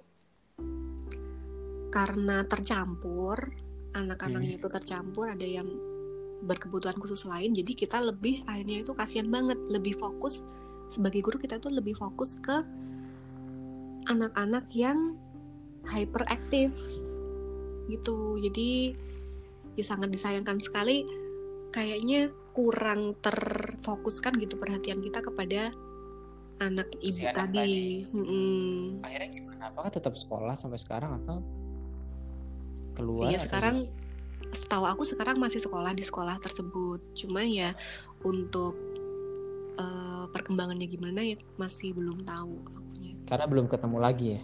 karena tercampur, anak-anaknya itu tercampur, ada yang berkebutuhan khusus lain, jadi kita lebih akhirnya itu kasihan banget, lebih fokus sebagai guru, kita tuh lebih fokus ke anak-anak yang hyperaktif gitu. Jadi ya sangat disayangkan sekali, kayaknya kurang terfokuskan gitu perhatian kita kepada anak ibu tadi.
Akhirnya gimana? Apakah tetap sekolah sampai sekarang atau keluar?
Ya sekarang setahu aku sekarang masih sekolah di sekolah tersebut, cuma ya untuk perkembangannya gimana ya masih belum tahu akunya.
Karena belum ketemu lagi ya.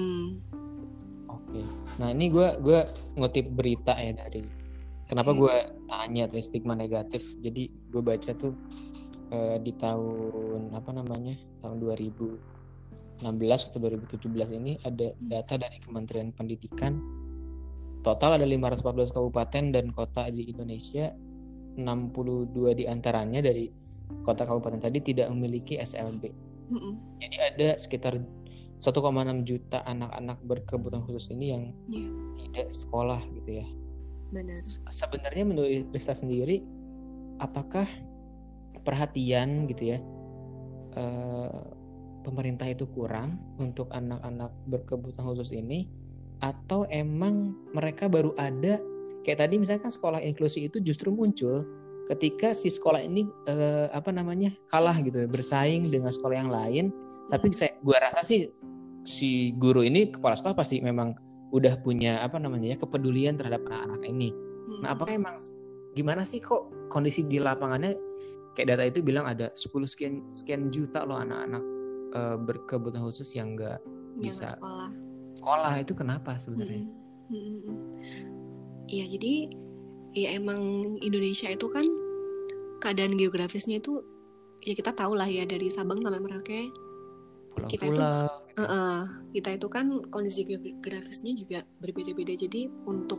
Oke. Nah ini gue ngutip berita ya dari. Kenapa gue tanya tentang stigma negatif? Jadi gue baca tuh di tahun tahun 2016 atau 2017 ini ada data dari Kementerian Pendidikan. Total ada 514 kabupaten dan kota di Indonesia, 62 diantaranya dari kota kabupaten tadi tidak memiliki SLB. Jadi ada sekitar 1,6 juta anak-anak berkebutuhan khusus ini yang tidak sekolah gitu ya.
Benar.
Sebenarnya menurut Rista sendiri, apakah perhatian gitu ya pemerintah itu kurang untuk anak-anak berkebutuhan khusus ini, atau emang mereka baru ada kayak tadi misalkan sekolah inklusi itu justru muncul ketika si sekolah ini kalah gitu, bersaing dengan sekolah yang lain. Tapi gue rasa sih si guru ini, kepala sekolah pasti memang udah punya kepedulian terhadap anak-anak ini. Nah apakah emang gimana sih kok kondisi di lapangannya kayak data itu bilang ada 10 sekian juta loh anak-anak berkebutuhan khusus yang nggak bisa sekolah, itu kenapa sebenarnya?
Iya jadi ya emang Indonesia itu kan keadaan geografisnya itu ya kita tahu lah ya, dari Sabang sampai Merauke kita itu kan kondisi geografisnya juga berbeda-beda. Jadi untuk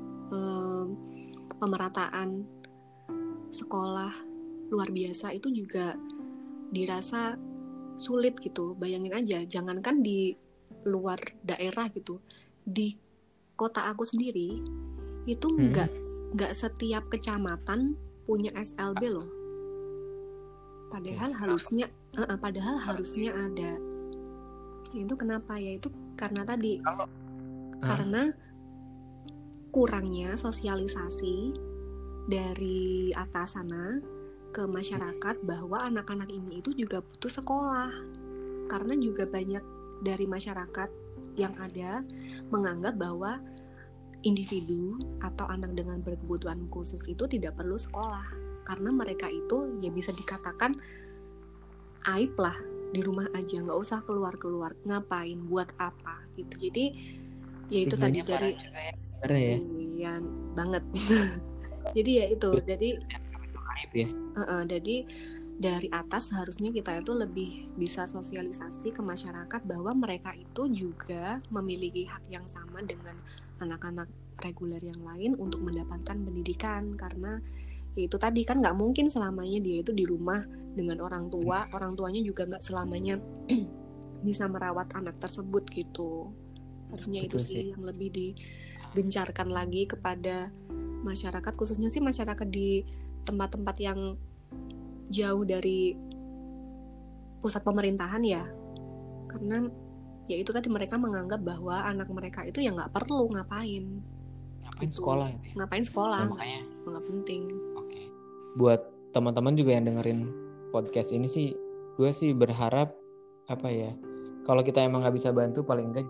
pemerataan sekolah luar biasa itu juga dirasa sulit gitu. Bayangin aja, jangankan di luar daerah gitu, di kota aku sendiri itu nggak setiap kecamatan punya SLB loh. Padahal harusnya ada. Itu kenapa ya? Itu karena tadi karena kurangnya sosialisasi dari atas sana ke masyarakat bahwa anak-anak ini itu juga butuh sekolah. Karena juga banyak dari masyarakat yang ada menganggap bahwa individu atau anak dengan berkebutuhan khusus itu tidak perlu sekolah, karena mereka itu ya bisa dikatakan aib lah, di rumah aja, nggak usah keluar-keluar, ngapain, buat apa gitu. Jadi ya itu tadi dari ya banget. Jadi ya itu, jadi
aib ya.
Jadi dari atas seharusnya kita itu lebih bisa sosialisasi ke masyarakat bahwa mereka itu juga memiliki hak yang sama dengan anak-anak reguler yang lain untuk mendapatkan pendidikan. Karena ya itu tadi kan nggak mungkin selamanya dia itu di rumah dengan orang tuanya juga nggak selamanya bisa merawat anak tersebut gitu. Harusnya betul itu sih yang lebih digencarkan lagi kepada masyarakat, khususnya sih masyarakat di tempat-tempat yang jauh dari pusat pemerintahan ya. Karena ya itu tadi mereka menganggap bahwa anak mereka itu ya nggak perlu ngapain gitu.
Sekolah gitu ya?
Ngapain sekolah,
makanya
nggak penting.
Oke. Buat teman-teman juga yang dengerin podcast ini sih, gue sih berharap apa ya, kalau kita emang nggak bisa bantu, paling enggak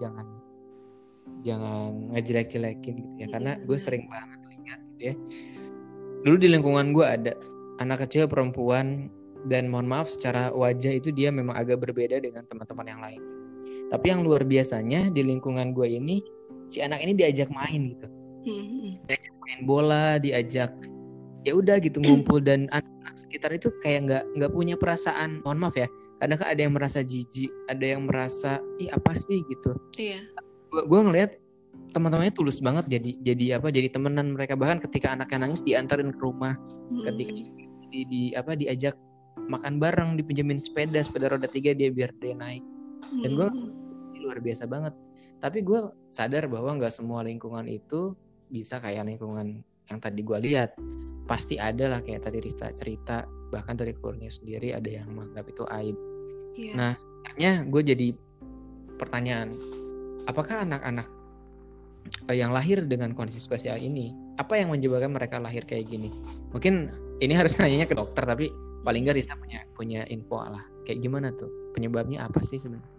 jangan ngejelek-jelekin gitu ya. Karena gue sering banget lihat gitu ya, dulu di lingkungan gue ada anak kecil perempuan, dan mohon maaf secara wajah itu dia memang agak berbeda dengan teman-teman yang lain. Tapi yang luar biasanya di lingkungan gue ini, si anak ini diajak main gitu, diajak main bola, diajak ya udah gitu ngumpul, dan anak sekitar itu kayak nggak punya perasaan, mohon maaf ya, kadang ada yang merasa jijik, ada yang merasa ih apa sih gitu.
Iya.
Gue ngelihat teman-temannya tulus banget, jadi temenan mereka, bahkan ketika anaknya nangis diantarin ke rumah, ketika diajak makan bareng, dipinjemin sepeda roda 3 dia biar dia naik. Dan gue luar biasa banget. Tapi gue sadar bahwa nggak semua lingkungan itu bisa kayak lingkungan yang tadi gue lihat. Pasti ada lah kayak tadi Rista cerita, bahkan dari keluarganya sendiri ada yang menganggap itu aib. Yeah. Nah sebenarnya gue jadi pertanyaan, apakah anak-anak yang lahir dengan kondisi spesial ini, apa yang menyebabkan mereka lahir kayak gini? Mungkin ini harus nanyanya ke dokter, tapi paling nggak Rista punya info lah, kayak gimana tuh penyebabnya apa sih sebenarnya?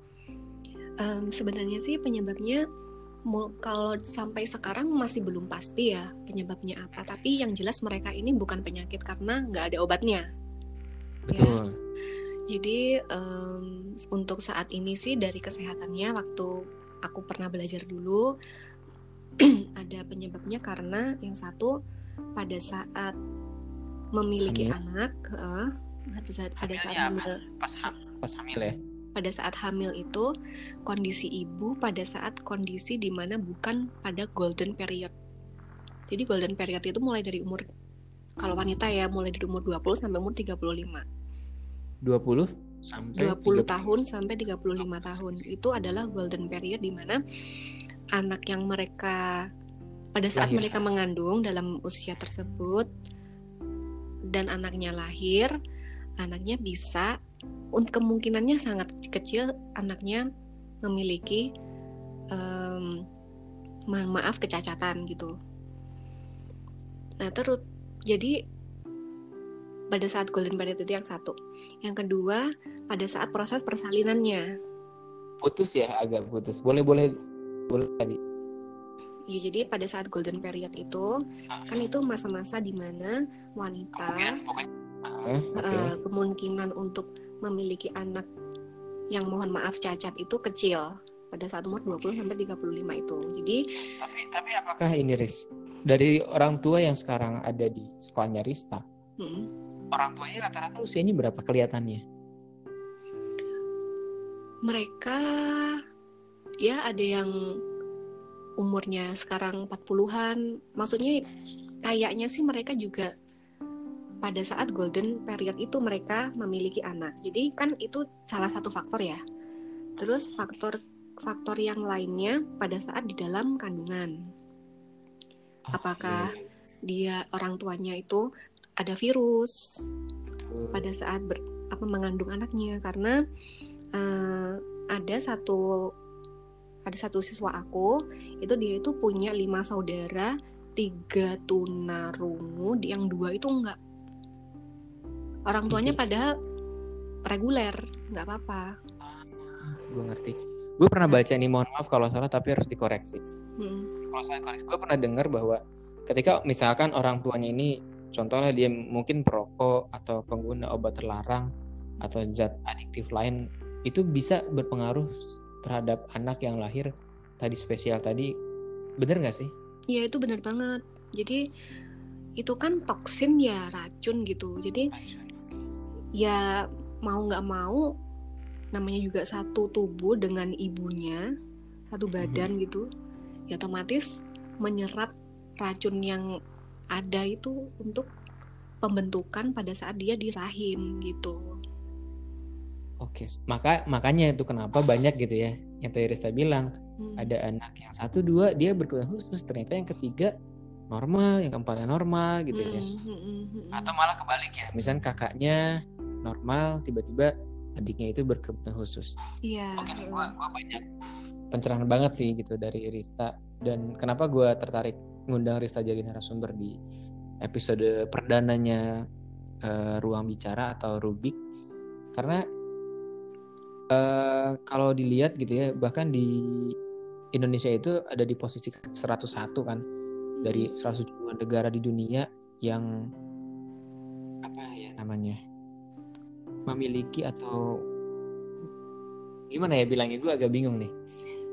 Sebenarnya sih penyebabnya kalau sampai sekarang masih belum pasti ya penyebabnya apa. Tapi yang jelas mereka ini bukan penyakit karena nggak ada obatnya.
Betul.
Ya. Jadi untuk saat ini sih dari kesehatannya, waktu aku pernah belajar dulu ada penyebabnya karena yang satu pada saat memiliki anak, pada saat hamil,
pas hamil ya.
Pada saat hamil itu kondisi ibu pada saat kondisi di mana bukan pada golden period. Jadi golden period itu mulai dari umur, kalau wanita ya mulai dari umur 20 sampai umur 35. 20 tahun sampai 35 tahun itu adalah golden period di mana anak yang mereka pada saat mereka mengandung dalam usia tersebut dan anaknya lahir, anaknya bisa, kemungkinannya sangat kecil anaknya memiliki kecacatan gitu. Nah terus jadi pada saat golden period itu yang satu. Yang kedua pada saat proses persalinannya.
Putus ya, agak putus. Boleh tadi.
Ya, jadi pada saat golden period itu kan itu masa-masa di mana wanita kemungkinan untuk memiliki anak yang mohon maaf cacat itu kecil pada saat umur 20 sampai 35 itu. Jadi
tapi apakah ini Riz, dari orang tua yang sekarang ada di sekolahnya Rista, orang tuanya rata-rata usianya berapa kelihatannya?
Mereka ya ada yang umurnya sekarang 40-an. Maksudnya kayaknya sih mereka juga pada saat golden period itu mereka memiliki anak. Jadi kan itu salah satu faktor ya. Terus faktor yang lainnya pada saat di dalam kandungan. Apakah dia orang tuanya itu ada virus pada saat mengandung anaknya? Karena ada satu siswa aku itu dia itu punya 5 saudara, 3 tunarungu, yang 2 itu enggak. Orang tuanya padahal reguler, nggak apa-apa.
Gue ngerti. Gue pernah baca nih, mohon maaf kalau salah tapi harus dikoreksi. Kalau saya koreksi, gue pernah dengar bahwa ketika misalkan orang tuanya ini, contohnya dia mungkin perokok atau pengguna obat terlarang atau zat adiktif lain, itu bisa berpengaruh terhadap anak yang lahir tadi spesial tadi. Bener nggak sih?
Iya itu benar banget. Jadi itu kan toksin ya, racun gitu. Jadi ya mau nggak mau, namanya juga satu tubuh dengan ibunya, satu badan gitu, ya otomatis menyerap racun yang ada itu untuk pembentukan pada saat dia di rahim gitu.
Oke, makanya itu kenapa banyak gitu ya yang tadi Rista bilang, ada anak yang 1-2 dia berkebutuhan khusus, ternyata yang ketiga normal, yang keempatnya normal gitu ya. Atau malah kebalik ya, misalnya kakaknya normal, tiba-tiba adiknya itu berkebutuhan khusus.
Iya.
Oke, gue banyak pencerahan banget sih gitu dari Rista, dan kenapa gue tertarik ngundang Rista jadi narasumber di episode perdananya Ruang Bicara atau Rubik, karena kalau dilihat gitu ya, bahkan di Indonesia itu ada di posisi 101 kan dari 170 negara di dunia yang apa ya namanya, memiliki atau gimana ya bilangnya, gue agak bingung nih.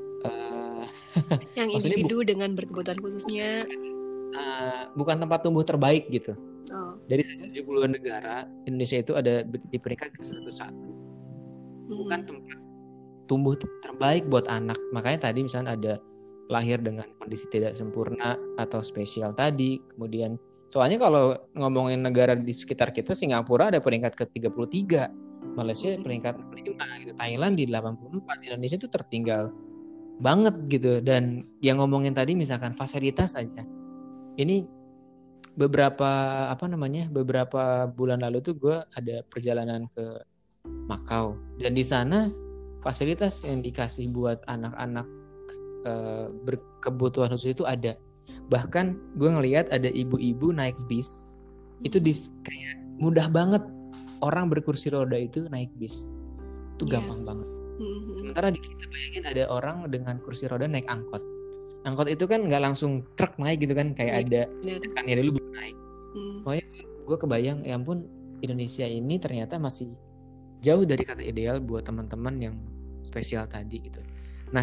Yang individu dengan berkebutuhan khususnya
bukan tempat tumbuh terbaik gitu. Dari 170 negara, Indonesia itu ada di peringkat ke-101. Bukan tempat tumbuh terbaik buat anak. Makanya tadi misalnya ada lahir dengan kondisi tidak sempurna atau spesial tadi. Kemudian soalnya kalau ngomongin negara di sekitar kita, Singapura ada peringkat ke-33, Malaysia peringkat 5 gitu, Thailand di 84, Indonesia itu tertinggal banget gitu. Dan yang ngomongin tadi misalkan fasilitas aja. Ini beberapa bulan lalu tuh gue ada perjalanan ke Makau, dan di sana fasilitas yang dikasih buat anak-anak berkebutuhan khusus itu ada. Bahkan gue ngelihat ada ibu-ibu naik bis itu kayak mudah banget orang berkursi roda itu naik bis itu gampang banget. Sementara di kita bayangin ada orang dengan kursi roda naik angkot itu kan nggak langsung truk naik gitu kan, kayak ada tekannya dulu baru naik. Pokoknya gue kebayang, ya ampun, Indonesia ini ternyata masih jauh dari kata ideal buat teman-teman yang spesial tadi gitu. Nah,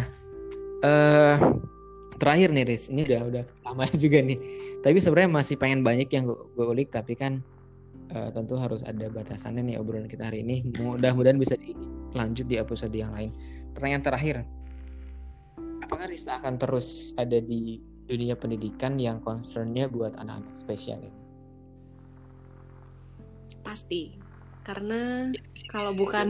terakhir nih Riz, ini udah lama juga nih. Tapi sebenarnya masih pengen banyak yang gue ulik, tapi kan tentu harus ada batasannya nih obrolan kita hari ini. Mudah-mudahan bisa dilanjut di episode yang lain. Pertanyaan terakhir, apakah Riz akan terus ada di dunia pendidikan yang concernnya buat anak-anak spesial ini?
Pasti, karena kalau bukan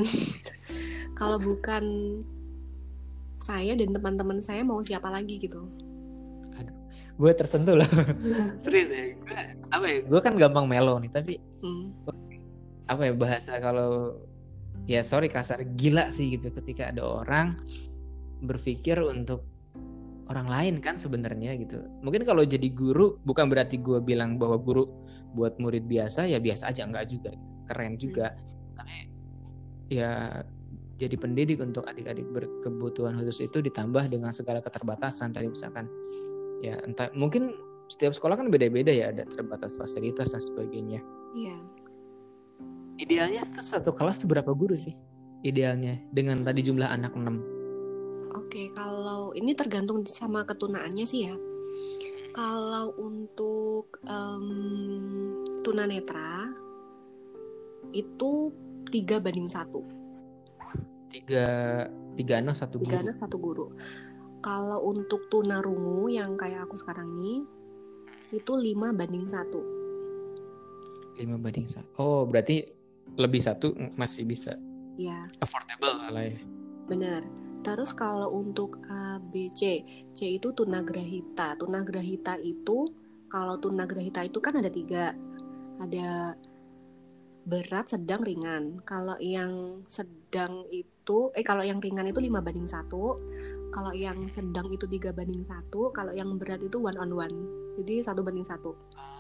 saya dan teman-teman saya mau siapa lagi gitu.
Aduh, gue tersentuh loh. Serius ya, gue kan gampang melo nih, tapi bahasa kalau ya sorry kasar, gila sih gitu ketika ada orang berpikir untuk orang lain kan sebenarnya gitu. Mungkin kalau jadi guru bukan berarti gue bilang bahwa guru buat murid biasa ya biasa aja, enggak juga gitu. Keren juga. Tapi ya jadi pendidik untuk adik-adik berkebutuhan khusus itu ditambah dengan segala keterbatasan tadi, misalkan ya entah, mungkin setiap sekolah kan beda-beda ya, ada terbatas fasilitas dan sebagainya.
Iya.
Idealnya itu satu kelas tuh berapa guru sih idealnya dengan tadi jumlah anak 6?
Oke, kalau ini tergantung sama ketunaannya sih ya. Kalau untuk tunanetra itu 3:1.
3 anak 1 guru.
3 anak 1 guru. Kalau untuk tunarungu yang kayak aku sekarang ini itu 5:1.
5:1. Oh, berarti lebih 1 masih bisa.
Ya.
Affordable lah ya.
Bener. Terus kalau untuk ABC, C itu tunagrahita. Tunagrahita itu, kalau tunagrahita itu kan ada 3. Ada berat, sedang, ringan. Kalau yang sedang itu, kalau yang ringan itu 5:1. Kalau yang sedang itu 3:1. Kalau yang berat itu 1:1. Jadi 1:1.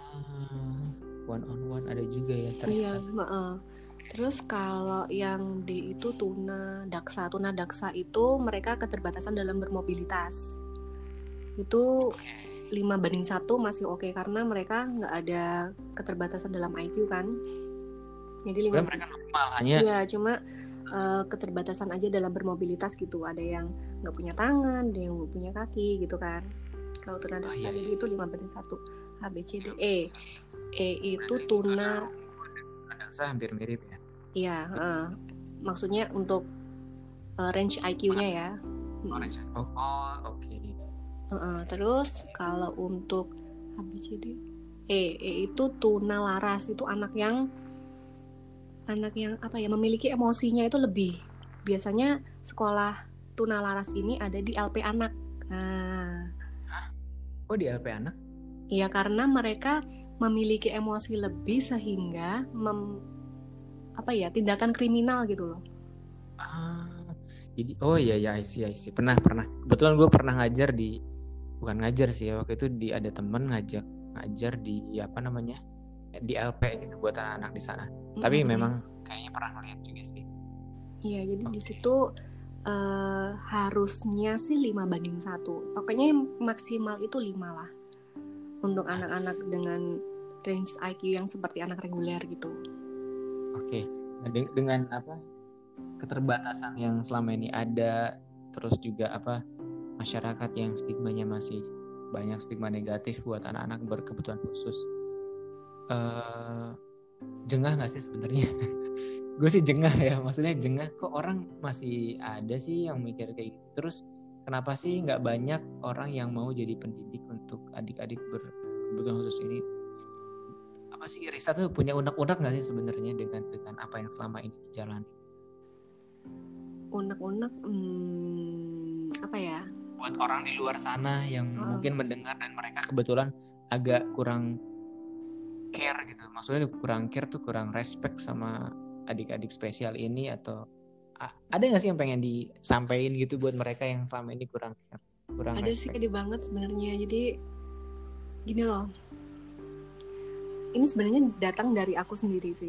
1:1 ada juga ya ternyata.
Iya, terus kalau yang D itu tunadaksa. Tunadaksa itu mereka keterbatasan dalam bermobilitas. Itu 5:1 masih oke, karena mereka nggak ada keterbatasan dalam IQ kan. Jadi
sebenarnya mereka normal, hanya
ya cuma keterbatasan aja dalam bermobilitas gitu. Ada yang nggak punya tangan, ada yang nggak punya kaki gitu kan. Kalau tunadaksa jadi itu 5:1. A, B, C, D, E. E itu tunadaksa
hampir mirip ya.
Iya, maksudnya untuk range IQ-nya ya.
Oke.
Terus kalau untuk ABCD, itu tuna laras, itu anak yang apa ya, memiliki emosinya itu lebih. Biasanya sekolah tuna laras ini ada di LP anak. Nah,
kok di LP anak?
Iya, karena mereka memiliki emosi lebih sehingga tindakan kriminal gitu loh.
Jadi I see. Pernah. Kebetulan gue pernah bukan ngajar sih ya, waktu itu ada temen ngajar di di LP gitu buat anak-anak di sana. Tapi memang kayaknya pernah ngeliat juga sih.
Iya, jadi di situ harusnya sih 5:1. Pokoknya maksimal itu 5 lah untuk anak-anak dengan range IQ yang seperti anak reguler gitu.
Oke. Nah, dengan keterbatasan yang selama ini ada, terus juga masyarakat yang stigmanya masih banyak stigma negatif buat anak-anak berkebutuhan khusus. Jengah nggak sih sebenarnya? Gue sih jengah ya, maksudnya jengah kok orang masih ada sih yang mikir kayak gitu. Terus kenapa sih nggak banyak orang yang mau jadi pendidik untuk adik-adik berkebutuhan khusus ini? Apa sih Rista tuh punya unek-unek nggak sih sebenarnya dengan apa yang selama ini dijalani?
Unek-unek apa ya?
Buat orang di luar sana yang mungkin mendengar dan mereka kebetulan agak kurang care gitu. Maksudnya kurang care tuh, kurang respect sama adik-adik spesial ini, atau ada nggak sih yang pengen disampaikan gitu buat mereka yang selama ini kurang care, kurang
ada
respect?
Ada sih banget sebenarnya. Jadi gini loh, ini sebenarnya datang dari aku sendiri sih.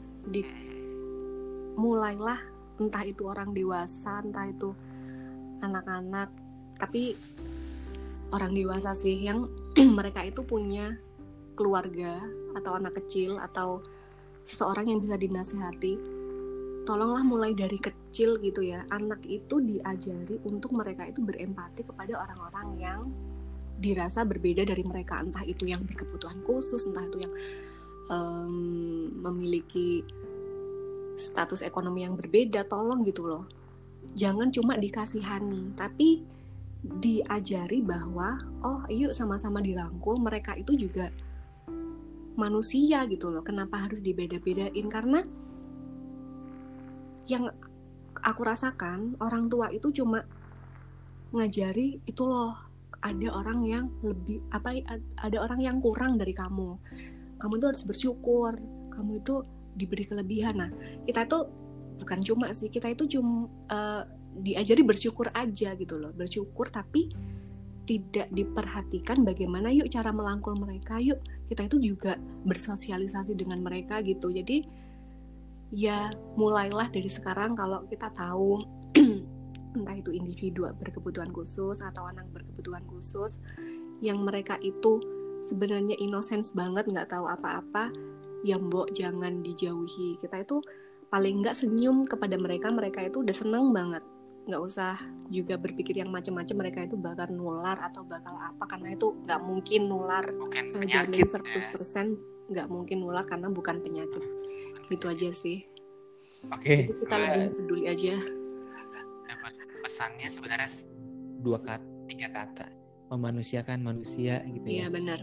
Mulailah, entah itu orang dewasa, entah itu anak-anak, tapi orang dewasa sih yang mereka itu punya keluarga atau anak kecil atau seseorang yang bisa dinasihati. Tolonglah mulai dari kecil gitu ya, anak itu diajari untuk mereka itu berempati kepada orang-orang yang dirasa berbeda dari mereka, entah itu yang berkebutuhan khusus, entah itu yang memiliki status ekonomi yang berbeda. Tolong gitu loh, jangan cuma dikasihani, tapi diajari bahwa yuk sama-sama dirangkul, mereka itu juga manusia gitu loh. Kenapa harus dibeda-bedain? Karena yang aku rasakan, orang tua itu cuma ngajari itu loh, ada orang yang lebih ada orang yang kurang dari kamu itu harus bersyukur, kamu itu diberi kelebihan. Nah, kita tuh bukan cuma sih, kita itu cuma diajari bersyukur aja gitu loh, bersyukur, tapi tidak diperhatikan bagaimana yuk cara melangkul mereka, yuk kita itu juga bersosialisasi dengan mereka gitu. Jadi ya mulailah dari sekarang. Kalau kita tahu entah itu individu berkebutuhan khusus atau anak berkebutuhan khusus yang mereka itu sebenarnya innocence banget, nggak tahu apa-apa, ya mbok jangan dijauhi. Kita itu paling nggak senyum kepada mereka, mereka itu udah seneng banget. Nggak usah juga berpikir yang macam-macam, mereka itu bakal nular atau bakal apa, karena itu nggak mungkin nular. Saya jamin 100% nggak mungkin nular karena bukan penyakit. Gitu aja sih.
Oke.
Jadi kita lebih peduli aja.
Pesannya sebenarnya 3 kata, memanusiakan manusia gitu ya.
Iya benar.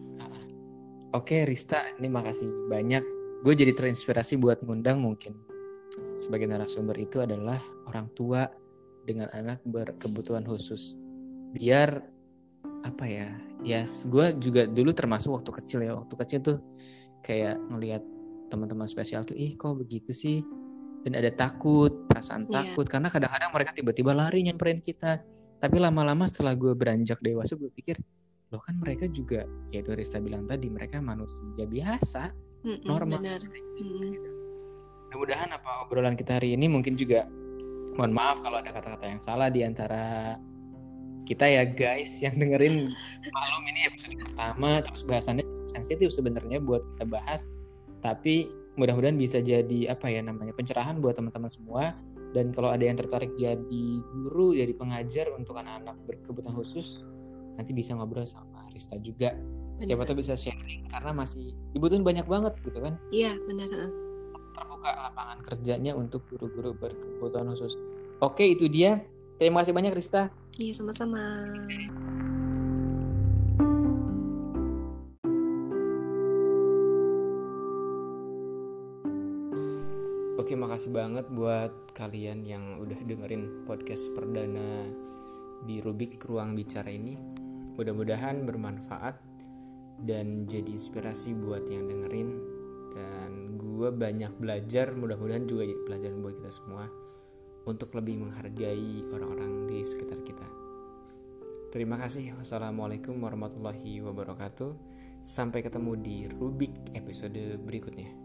Oke Rista, ini makasih banyak. Gue jadi terinspirasi buat ngundang mungkin sebagai narasumber itu adalah orang tua dengan anak berkebutuhan khusus. Biar apa ya, gue juga dulu termasuk waktu kecil tuh kayak ngelihat teman-teman spesial tuh, kok begitu sih, dan ada perasaan takut karena kadang-kadang mereka tiba-tiba lari nyamperin kita. Tapi lama-lama setelah gue beranjak dewasa, gue pikir loh kan mereka juga, ya itu Rista bilang tadi, mereka manusia biasa, normal. Mudah-mudahan obrolan kita hari ini mungkin juga, mohon maaf kalau ada kata-kata yang salah di antara kita ya guys yang dengerin. Malum ini episode pertama, terus bahasannya sensitif sebenarnya buat kita bahas, tapi mudah-mudahan bisa jadi pencerahan buat teman-teman semua. Dan kalau ada yang tertarik jadi guru, jadi pengajar untuk anak-anak berkebutuhan khusus, nanti bisa ngobrol sama Rista juga. Benar. Siapa tahu bisa sharing, karena masih dibutuhin banyak banget gitu kan.
Iya benar.
Terbuka membuka lapangan kerjanya untuk guru-guru berkebutuhan khusus. Oke, itu dia. Terima kasih banyak Rista.
Iya, sama-sama.
Oke, makasih banget buat kalian yang udah dengerin podcast perdana di Rubik Ruang Bicara ini. Mudah-mudahan bermanfaat dan jadi inspirasi buat yang dengerin. Dan gue banyak belajar, mudah-mudahan juga jadi pelajaran buat kita semua untuk lebih menghargai orang-orang di sekitar kita. Terima kasih. Wassalamualaikum warahmatullahi wabarakatuh. Sampai ketemu di Rubik episode berikutnya.